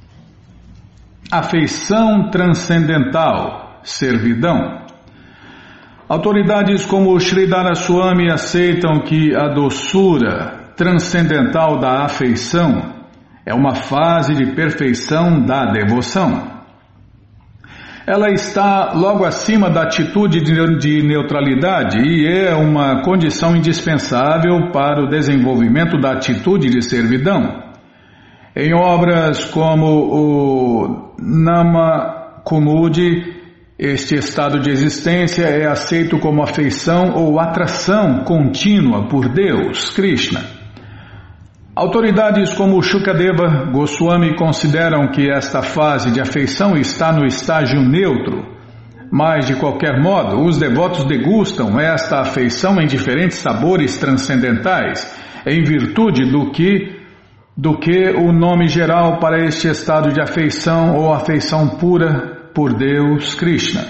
A: Afeição transcendental, servidão. Autoridades como Sridhara Swami aceitam que a doçura transcendental da afeição é uma fase de perfeição da devoção. Ela está logo acima da atitude de neutralidade e é uma condição indispensável para o desenvolvimento da atitude de servidão. Em obras como o Nama Kumudi, este estado de existência é aceito como afeição ou atração contínua por Deus, Krishna. Autoridades como Shukadeva Goswami consideram que esta fase de afeição está no estágio neutro. Mas, de qualquer modo, os devotos degustam esta afeição em diferentes sabores transcendentais, em virtude do que, do que o nome geral para este estado de afeição ou afeição pura por Deus, Krishna.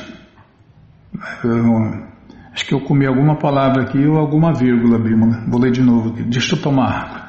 A: Eu, acho que eu comi alguma palavra aqui ou alguma vírgula, Bímola. Vou ler de novo aqui. Deixa eu tomar água.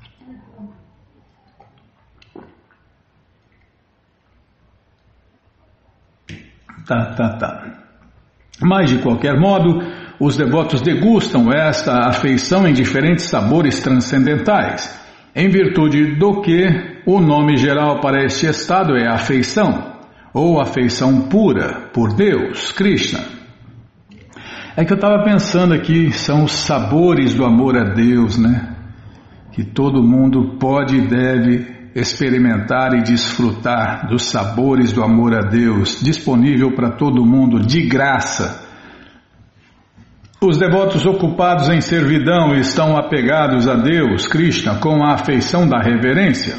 A: Tá, tá, tá. Mas, de qualquer modo, os devotos degustam esta afeição em diferentes sabores transcendentais, em virtude do que o nome geral para este estado é afeição, ou afeição pura por Deus, Krishna. É que eu estava pensando aqui, são os sabores do amor a Deus, né? Que todo mundo pode e deve experimentar e desfrutar dos sabores do amor a Deus, disponível para todo mundo, de graça. Os devotos ocupados em servidão estão apegados a Deus, Krishna, com a afeição da reverência.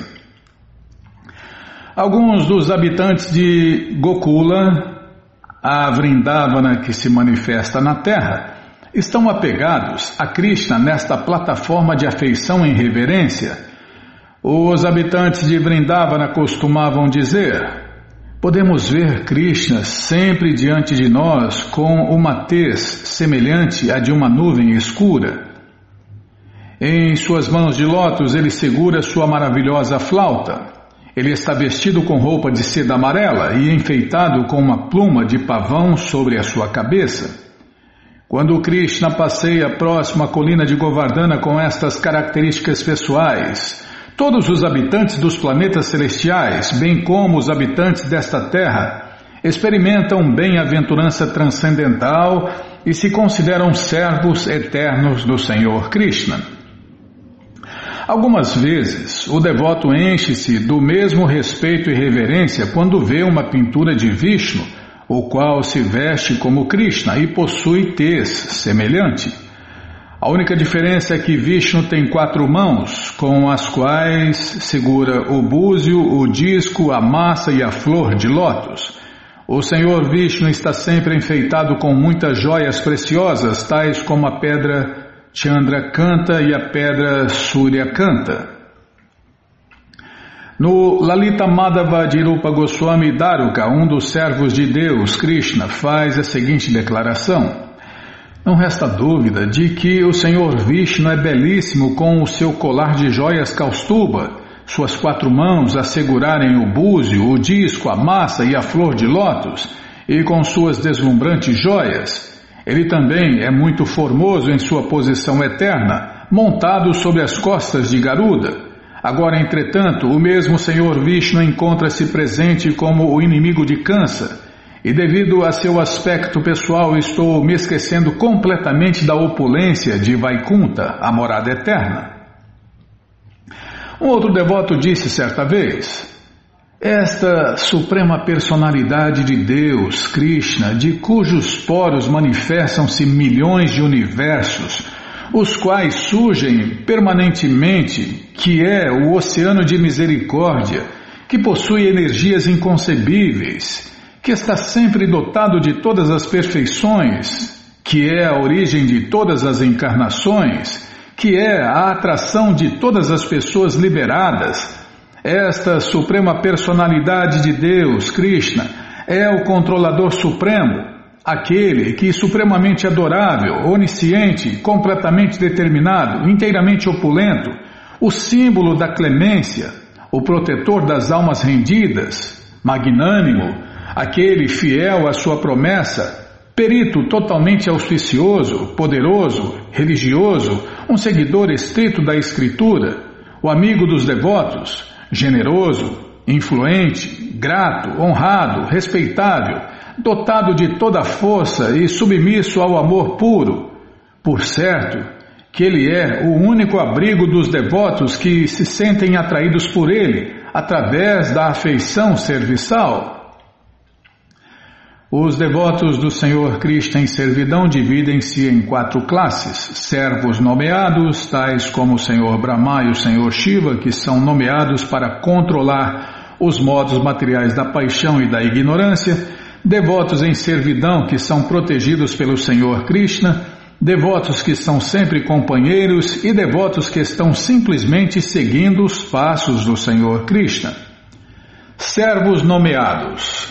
A: Alguns dos habitantes de Gokula, a Vrindavana que se manifesta na terra, estão apegados a Krishna nesta plataforma de afeição em reverência. Os habitantes de Vrindavana costumavam dizer: podemos ver Krishna sempre diante de nós com uma tez semelhante à de uma nuvem escura. Em suas mãos de lótus ele segura sua maravilhosa flauta. Ele está vestido com roupa de seda amarela e enfeitado com uma pluma de pavão sobre a sua cabeça. Quando Krishna passeia próximo à colina de Govardhana com estas características pessoais, todos os habitantes dos planetas celestiais, bem como os habitantes desta terra, experimentam bem-aventurança transcendental e se consideram servos eternos do Senhor Krishna. Algumas vezes, o devoto enche-se do mesmo respeito e reverência quando vê uma pintura de Vishnu, o qual se veste como Krishna e possui tez semelhante. A única diferença é que Vishnu tem quatro mãos, com as quais segura o búzio, o disco, a massa e a flor de lótus. O Senhor Vishnu está sempre enfeitado com muitas joias preciosas, tais como a pedra Chandrakanta e a pedra Suryakanta. No Lalita Madhava de Rupa Goswami Daruka, um dos servos de Deus, Krishna, faz a seguinte declaração: não resta dúvida de que o Senhor Vishnu é belíssimo com o seu colar de joias Kaustuba, suas quatro mãos a segurarem o búzio, o disco, a massa e a flor de lótus, e com suas deslumbrantes joias. Ele também é muito formoso em sua posição eterna, montado sobre as costas de Garuda. Agora, entretanto, o mesmo Senhor Vishnu encontra-se presente como o inimigo de Kansa, e devido a seu aspecto pessoal estou me esquecendo completamente da opulência de Vaikunta, a morada eterna. Um outro devoto disse certa vez: esta suprema personalidade de Deus, Krishna, de cujos poros manifestam-se milhões de universos, os quais surgem permanentemente, que é o oceano de misericórdia, que possui energias inconcebíveis, que está sempre dotado de todas as perfeições, que é a origem de todas as encarnações, que é a atração de todas as pessoas liberadas. Esta suprema personalidade de Deus, Krishna, é o controlador supremo, aquele que supremamente adorável, onisciente, completamente determinado, inteiramente opulento, o símbolo da clemência, o protetor das almas rendidas, magnânimo, aquele fiel à sua promessa, perito totalmente auspicioso, poderoso, religioso, um seguidor estrito da Escritura, o amigo dos devotos, generoso, influente, grato, honrado, respeitável, dotado de toda a força e submisso ao amor puro. Por certo, que ele é o único abrigo dos devotos que se sentem atraídos por ele, através da afeição serviçal. Os devotos do Senhor Krishna em servidão dividem-se em quatro classes: servos nomeados, tais como o Senhor Brahma e o Senhor Shiva, que são nomeados para controlar os modos materiais da paixão e da ignorância; devotos em servidão que são protegidos pelo Senhor Krishna, devotos que são sempre companheiros e devotos que estão simplesmente seguindo os passos do Senhor Krishna. Servos nomeados.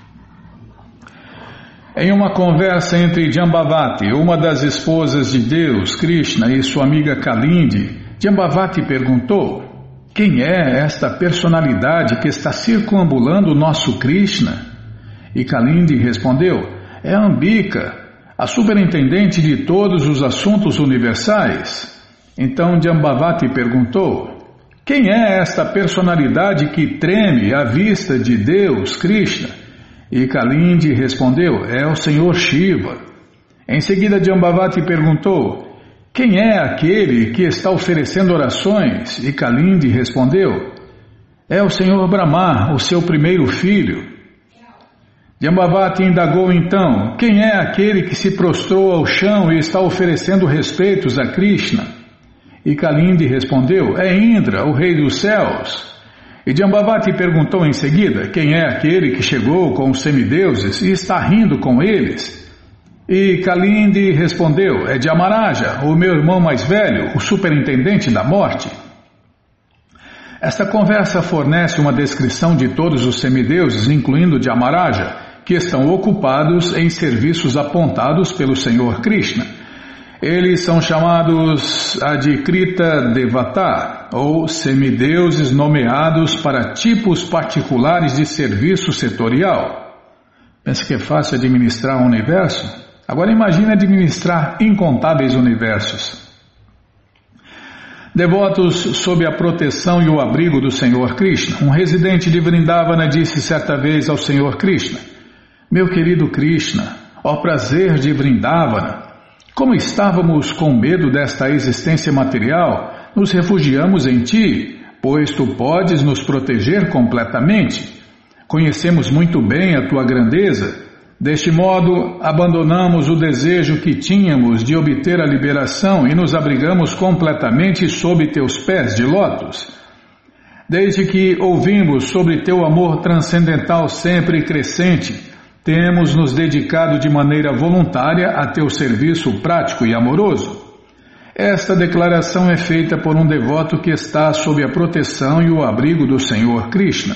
A: Em uma conversa entre Jambavati, uma das esposas de Deus, Krishna, e sua amiga Kalindi, Jambavati perguntou: quem é esta personalidade que está circunambulando o nosso Krishna? E Kalindi respondeu: é Ambika, a superintendente de todos os assuntos universais. Então Jambavati perguntou: quem é esta personalidade que treme à vista de Deus, Krishna? E Kalindi respondeu: é o Senhor Shiva. Em seguida Jambavati perguntou: quem é aquele que está oferecendo orações? E Kalindi respondeu: é o Senhor Brahma, o seu primeiro filho. Jambavati indagou então: quem é aquele que se prostrou ao chão e está oferecendo respeitos a Krishna? E Kalindi respondeu: é Indra, o rei dos céus. E Jambavati perguntou em seguida: quem é aquele que chegou com os semideuses e está rindo com eles? E Kalindi respondeu: é Jamaraja, o meu irmão mais velho, o superintendente da morte. Esta conversa fornece uma descrição de todos os semideuses, incluindo Jamaraja, que estão ocupados em serviços apontados pelo Senhor Krishna. Eles são chamados Adhikrita Devata, ou semideuses nomeados para tipos particulares de serviço setorial. Pensa que é fácil administrar um universo? Agora imagine administrar incontáveis universos. Devotos sob a proteção e o abrigo do Senhor Krishna. Um residente de Vrindavana disse certa vez ao Senhor Krishna: meu querido Krishna, ó prazer de Vrindavana, como estávamos com medo desta existência material, nos refugiamos em ti, pois tu podes nos proteger completamente. Conhecemos muito bem a tua grandeza. Deste modo, abandonamos o desejo que tínhamos de obter a liberação e nos abrigamos completamente sob teus pés de lótus. Desde que ouvimos sobre teu amor transcendental sempre crescente, temos nos dedicado de maneira voluntária a teu serviço prático e amoroso. Esta declaração é feita por um devoto que está sob a proteção e o abrigo do Senhor Krishna.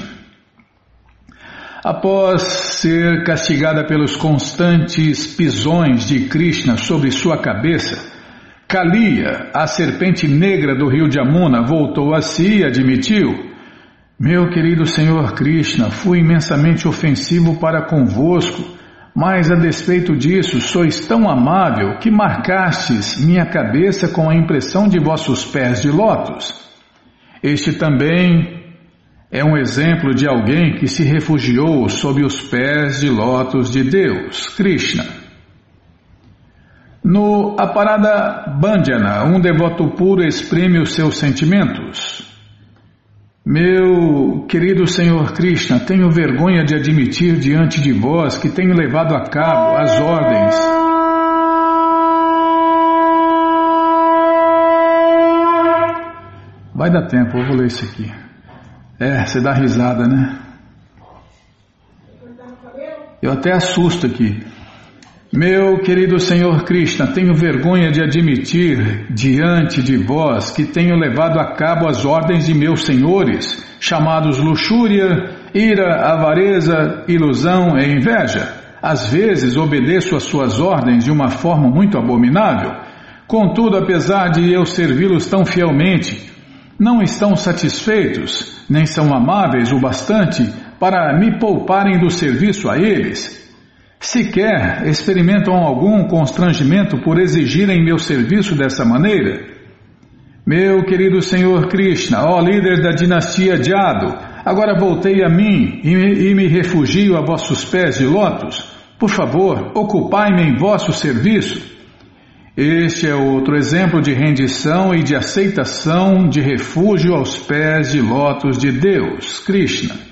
A: Após ser castigada pelos constantes pisões de Krishna sobre sua cabeça, Kaliya, a serpente negra do rio Jamuna, voltou a si e admitiu: meu querido Senhor Krishna, fui imensamente ofensivo para convosco, mas a despeito disso sois tão amável que marcastes minha cabeça com a impressão de vossos pés de lótus. Este também é um exemplo de alguém que se refugiou sob os pés de lótus de Deus, Krishna. No Aparada Bandhana, um devoto puro exprime os seus sentimentos. Meu querido Senhor Krishna, tenho vergonha de admitir diante de vós que tenho levado a cabo as ordens. Vai dar tempo, eu vou ler isso aqui. É, você dá risada, né? Eu até assusto aqui. Meu querido Senhor Krishna, tenho vergonha de admitir diante de vós que tenho levado a cabo as ordens de meus senhores, chamados luxúria, ira, avareza, ilusão e inveja. Às vezes obedeço às suas ordens de uma forma muito abominável. Contudo, apesar de eu servi-los tão fielmente, não estão satisfeitos, nem são amáveis o bastante para me pouparem do serviço a eles. Sequer experimentam algum constrangimento por exigirem meu serviço dessa maneira? Meu querido Senhor Krishna, ó líder da dinastia Jadu, agora voltei a mim e me, e me refugio a vossos pés de lótus. Por favor, ocupai-me em vosso serviço. Este é outro exemplo de rendição e de aceitação de refúgio aos pés de lótus de Deus, Krishna.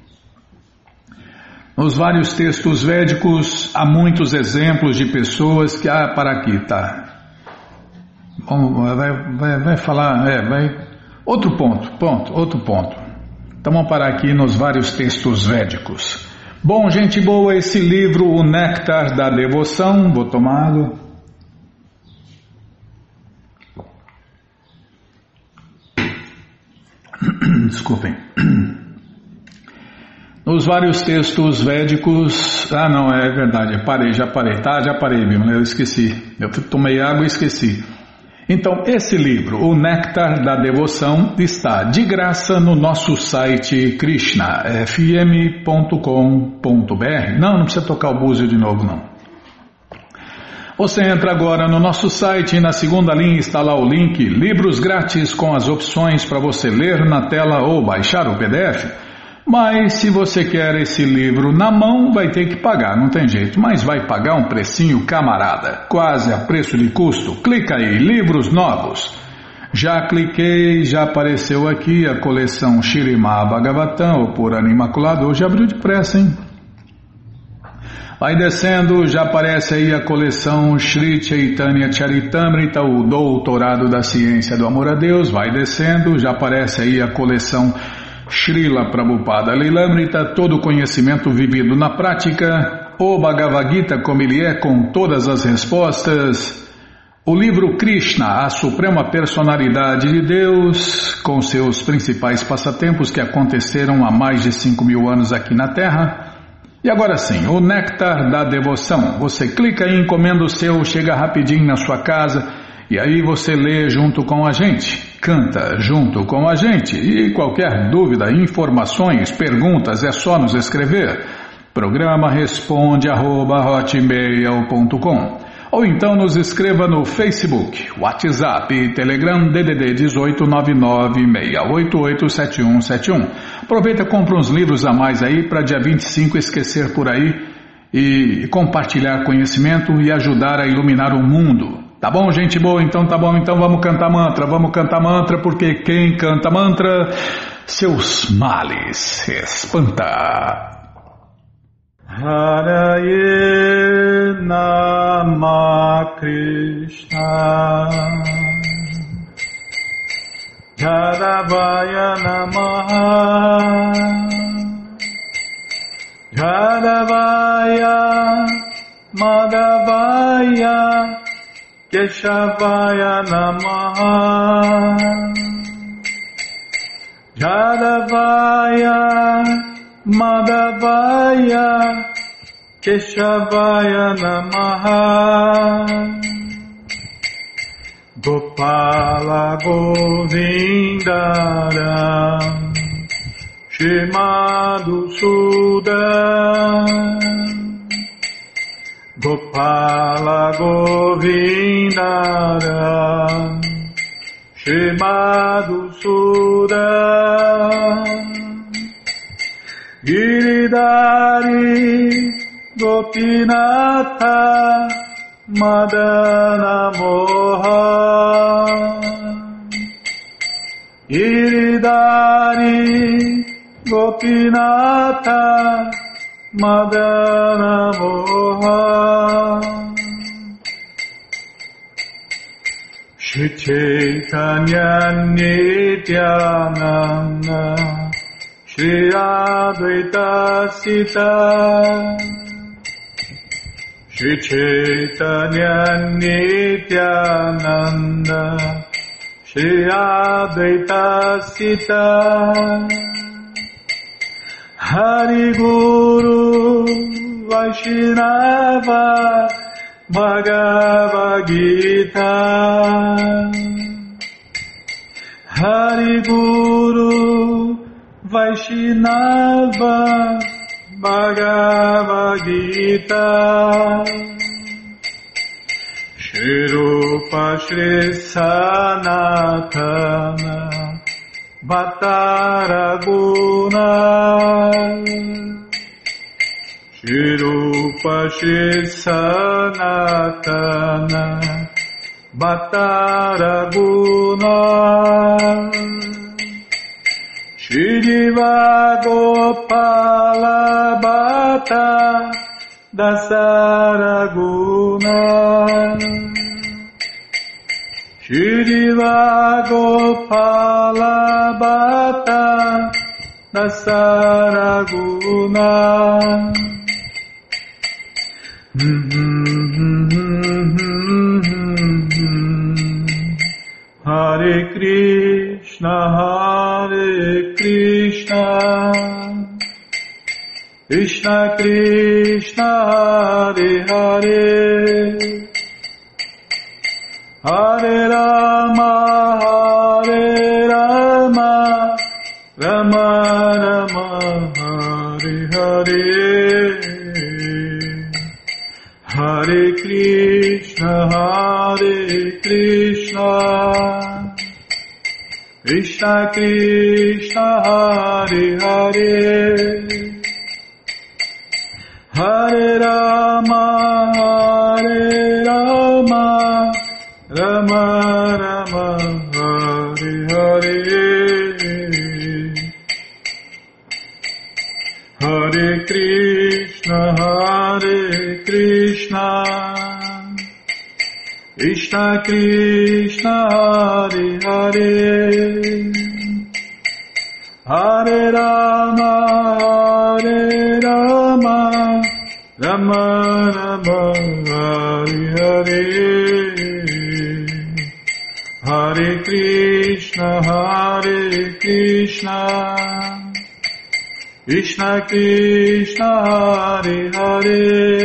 A: Nos vários textos védicos há muitos exemplos de pessoas que... Ah, para aqui, tá. Vamos, vai, vai, vai falar... É, vai... Outro ponto, ponto, outro ponto. Então vamos parar aqui nos vários textos védicos. Bom, gente boa, esse livro, O Néctar da Devoção, vou tomar água. Desculpem. Nos vários textos védicos, ah não, é verdade, parei, já parei, tá, já parei, Bímola, eu esqueci, eu tomei água e esqueci. Então, esse livro, O Néctar da Devoção, está de graça no nosso site krishna f m ponto com ponto b r. Não, não precisa tocar o búzio de novo, não. Você entra agora no nosso site e na segunda linha está lá o link Livros Grátis com as opções para você ler na tela ou baixar o P D F. Mas se você quer esse livro na mão, vai ter que pagar, não tem jeito. Mas vai pagar um precinho camarada, quase a preço de custo. Clica aí, livros novos. Já cliquei, já apareceu aqui a coleção Śrīmad Bhagavatam, ou Purana Imaculado. Hoje abriu depressa, hein? Vai descendo, já aparece aí a coleção Shri Chaitanya Charitamrita, o Doutorado da Ciência do Amor a Deus. Vai descendo, já aparece aí a coleção Srila Prabhupada Lilamrita, todo conhecimento vivido na prática, o Bhagavad Gita como ele é, com todas as respostas, o livro Krishna, a Suprema Personalidade de Deus, com seus principais passatempos que aconteceram há mais de cinco mil anos aqui na Terra, e agora sim, o Néctar da Devoção. Você clica e encomenda o seu, chega rapidinho na sua casa, e aí você lê junto com a gente, canta junto com a gente, e qualquer dúvida, informações, perguntas, é só nos escrever. Programa responde arroba hotmail ponto com. Ou então nos escreva no Facebook, WhatsApp e Telegram D D D dezoito nove nove seis oito oito sete um sete um. Aproveita e compra uns livros a mais aí para dia vinte e cinco esquecer por aí e compartilhar conhecimento e ajudar a iluminar o mundo. Tá bom, gente boa? Então tá bom, então vamos cantar mantra, vamos cantar mantra, porque quem canta mantra, seus males espanta. Haraye Nama Krishna Yadavaya Namaha Yadavaya Madhavaya Keshavaya Namaha Yadavaya Madhavaya Keshavaya Namaha Gopala Govindara Shrimadu Sudan Gopala Govindara Shrimadu Sudan Giridhari Gopinatha Madana Moha Giridhari Gopinatha Madana Moha Shri Chaitanya Nityananda Shri Advaita Sita Shri Chaitanya Nityananda Shri Advaita Sita Hari Guru Vaishnava Bhagavad Gita Hari Guru Vaishnava Bhagavad Gita Shri Rupa Shri Sanatana Bhattaraguna Shri Rupa Shri Sanatana Bhattaraguna Shri Diva Gopala Bhatta Dasaraguna Shri Diva Gopala Bhatta Dasaraguna. Hare Krishna, Hare Krishna, Krishna Krishna, Hare Hare, Hare Rama, Hare Rama, Rama Rama, Hare Hare, Hare Krishna, Hare Krishna, Krishna Krishna, Hare Hare, Hare Rama, Hare Rama, Rama Rama, Hare Hare, Hare Krishna, Hare Krishna, Krishna Krishna, Hare Hare, Hare Rama, Hare Rama, Rama Rama, Hare Hare, Hare Krishna, Hare Krishna, Krishna Krishna, Hare Hare,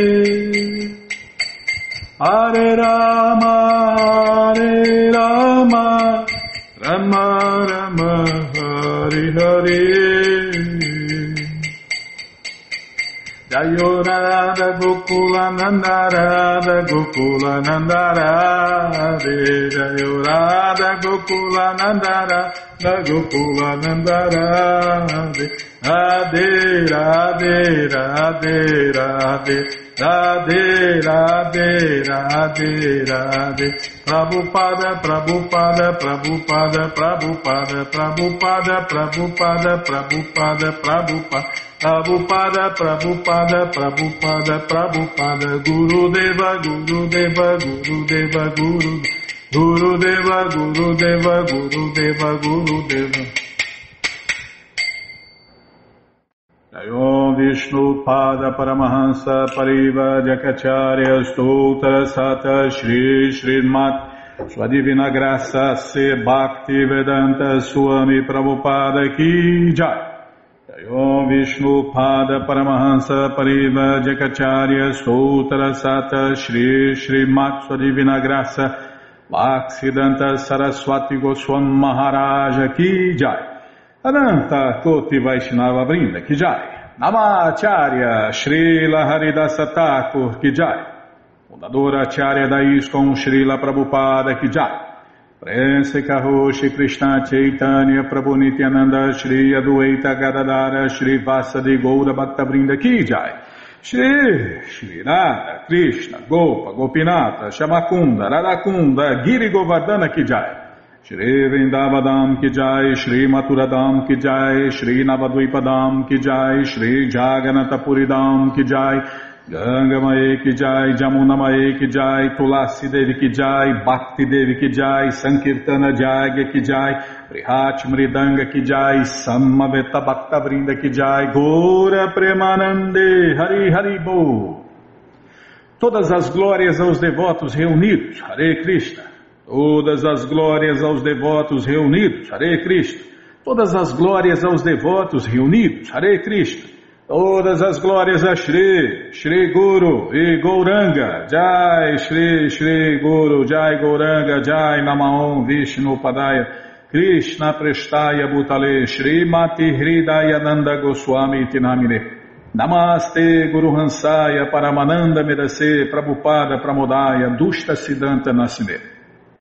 A: Hare Rama, Hare Rama, Rama Rama, Hare Hare. Jayo Radha Gokula Nanda, Radha Gokula Nanda Radhe, Jayo Radha Gokula Nanda, Radha Gokula Nanda Radhe, Radhe Radhe Radhe Radhe, Radhe Radhe Radhe Radhe, Prabhupada Prabhupada Prabhupada Prabhupada Prabhupada Prabhupada Prabhupada Prabhupada Prabhupada, Prabhupada, Prabhupada, Prabhupada, Guru Deva, Guru Deva, Guru Deva, Guru, Guru Deva, Guru Deva, Guru Deva, Guru Deva. Jayom Vishnu Pada Paramahansa Pariva Jakacharya Stoutra Sata Shri Srimat Sua Divina Graça Se Bhakti Vedanta Swami Prabhupada Ki Jai. Om Vishnu Pada Paramahansa Pariva Jakacharya Stoutra Sata Shri Shri Mat Sua Divina Graça Bhaksidanta Saraswati Goswam Maharaja Ki Jai, Ananta Koti Vaishnava Vrinda Ki Jai, Namacharya Srila Haridasa Thakur Ki Jai, Fundadora Acharya da ISKCON Srila Prabhupada Ki Jai, Prense Karoshi Krishna Chaitanya Prabhu Nityananda Shri Adueita Gadadara Shri Vasadi Goura Bhaktavrinda Ki Jai, Shri Shri Radha Krishna Gopa Gopinata Shamakunda Radakunda Giri Govardhana Ki Jai, Shri Vrindavadam Ki Jai, Shri Maturadam Ki Jai, Shri Navadvipadam Ki Jai, Shri Jaganatapuridam Ki Jai, Ganga Mae Ki Jai, Jamuna Mae Ki Jai, Tulasi Devi Ki Jai, Bhakti Devi Ki Jai, Sankirtana Jagya Ki Jai, Prihat Mridanga Ki Jai, Samaveta Bhakta Vrinda Ki Jai, Gora Premanande, Hari Hari Bo. Todas as glórias aos devotos reunidos, Hare Krishna. Todas as glórias aos devotos reunidos, Hare Krishna. Todas as glórias aos devotos reunidos, Hare Krishna. Todas as glórias a Shri, Shri Guru e Gauranga, Jai Shri, Shri Guru, Jai Gauranga, Jai Namaon Vishnu Padaya, Krishna Prestaya Bhutale, Shri Mati Hridaya Nanda Goswami Tinamine, Namaste Guru Hansaya Paramananda Medase, Prabhupada Pramodaya, Dushta Siddhanta Nasine.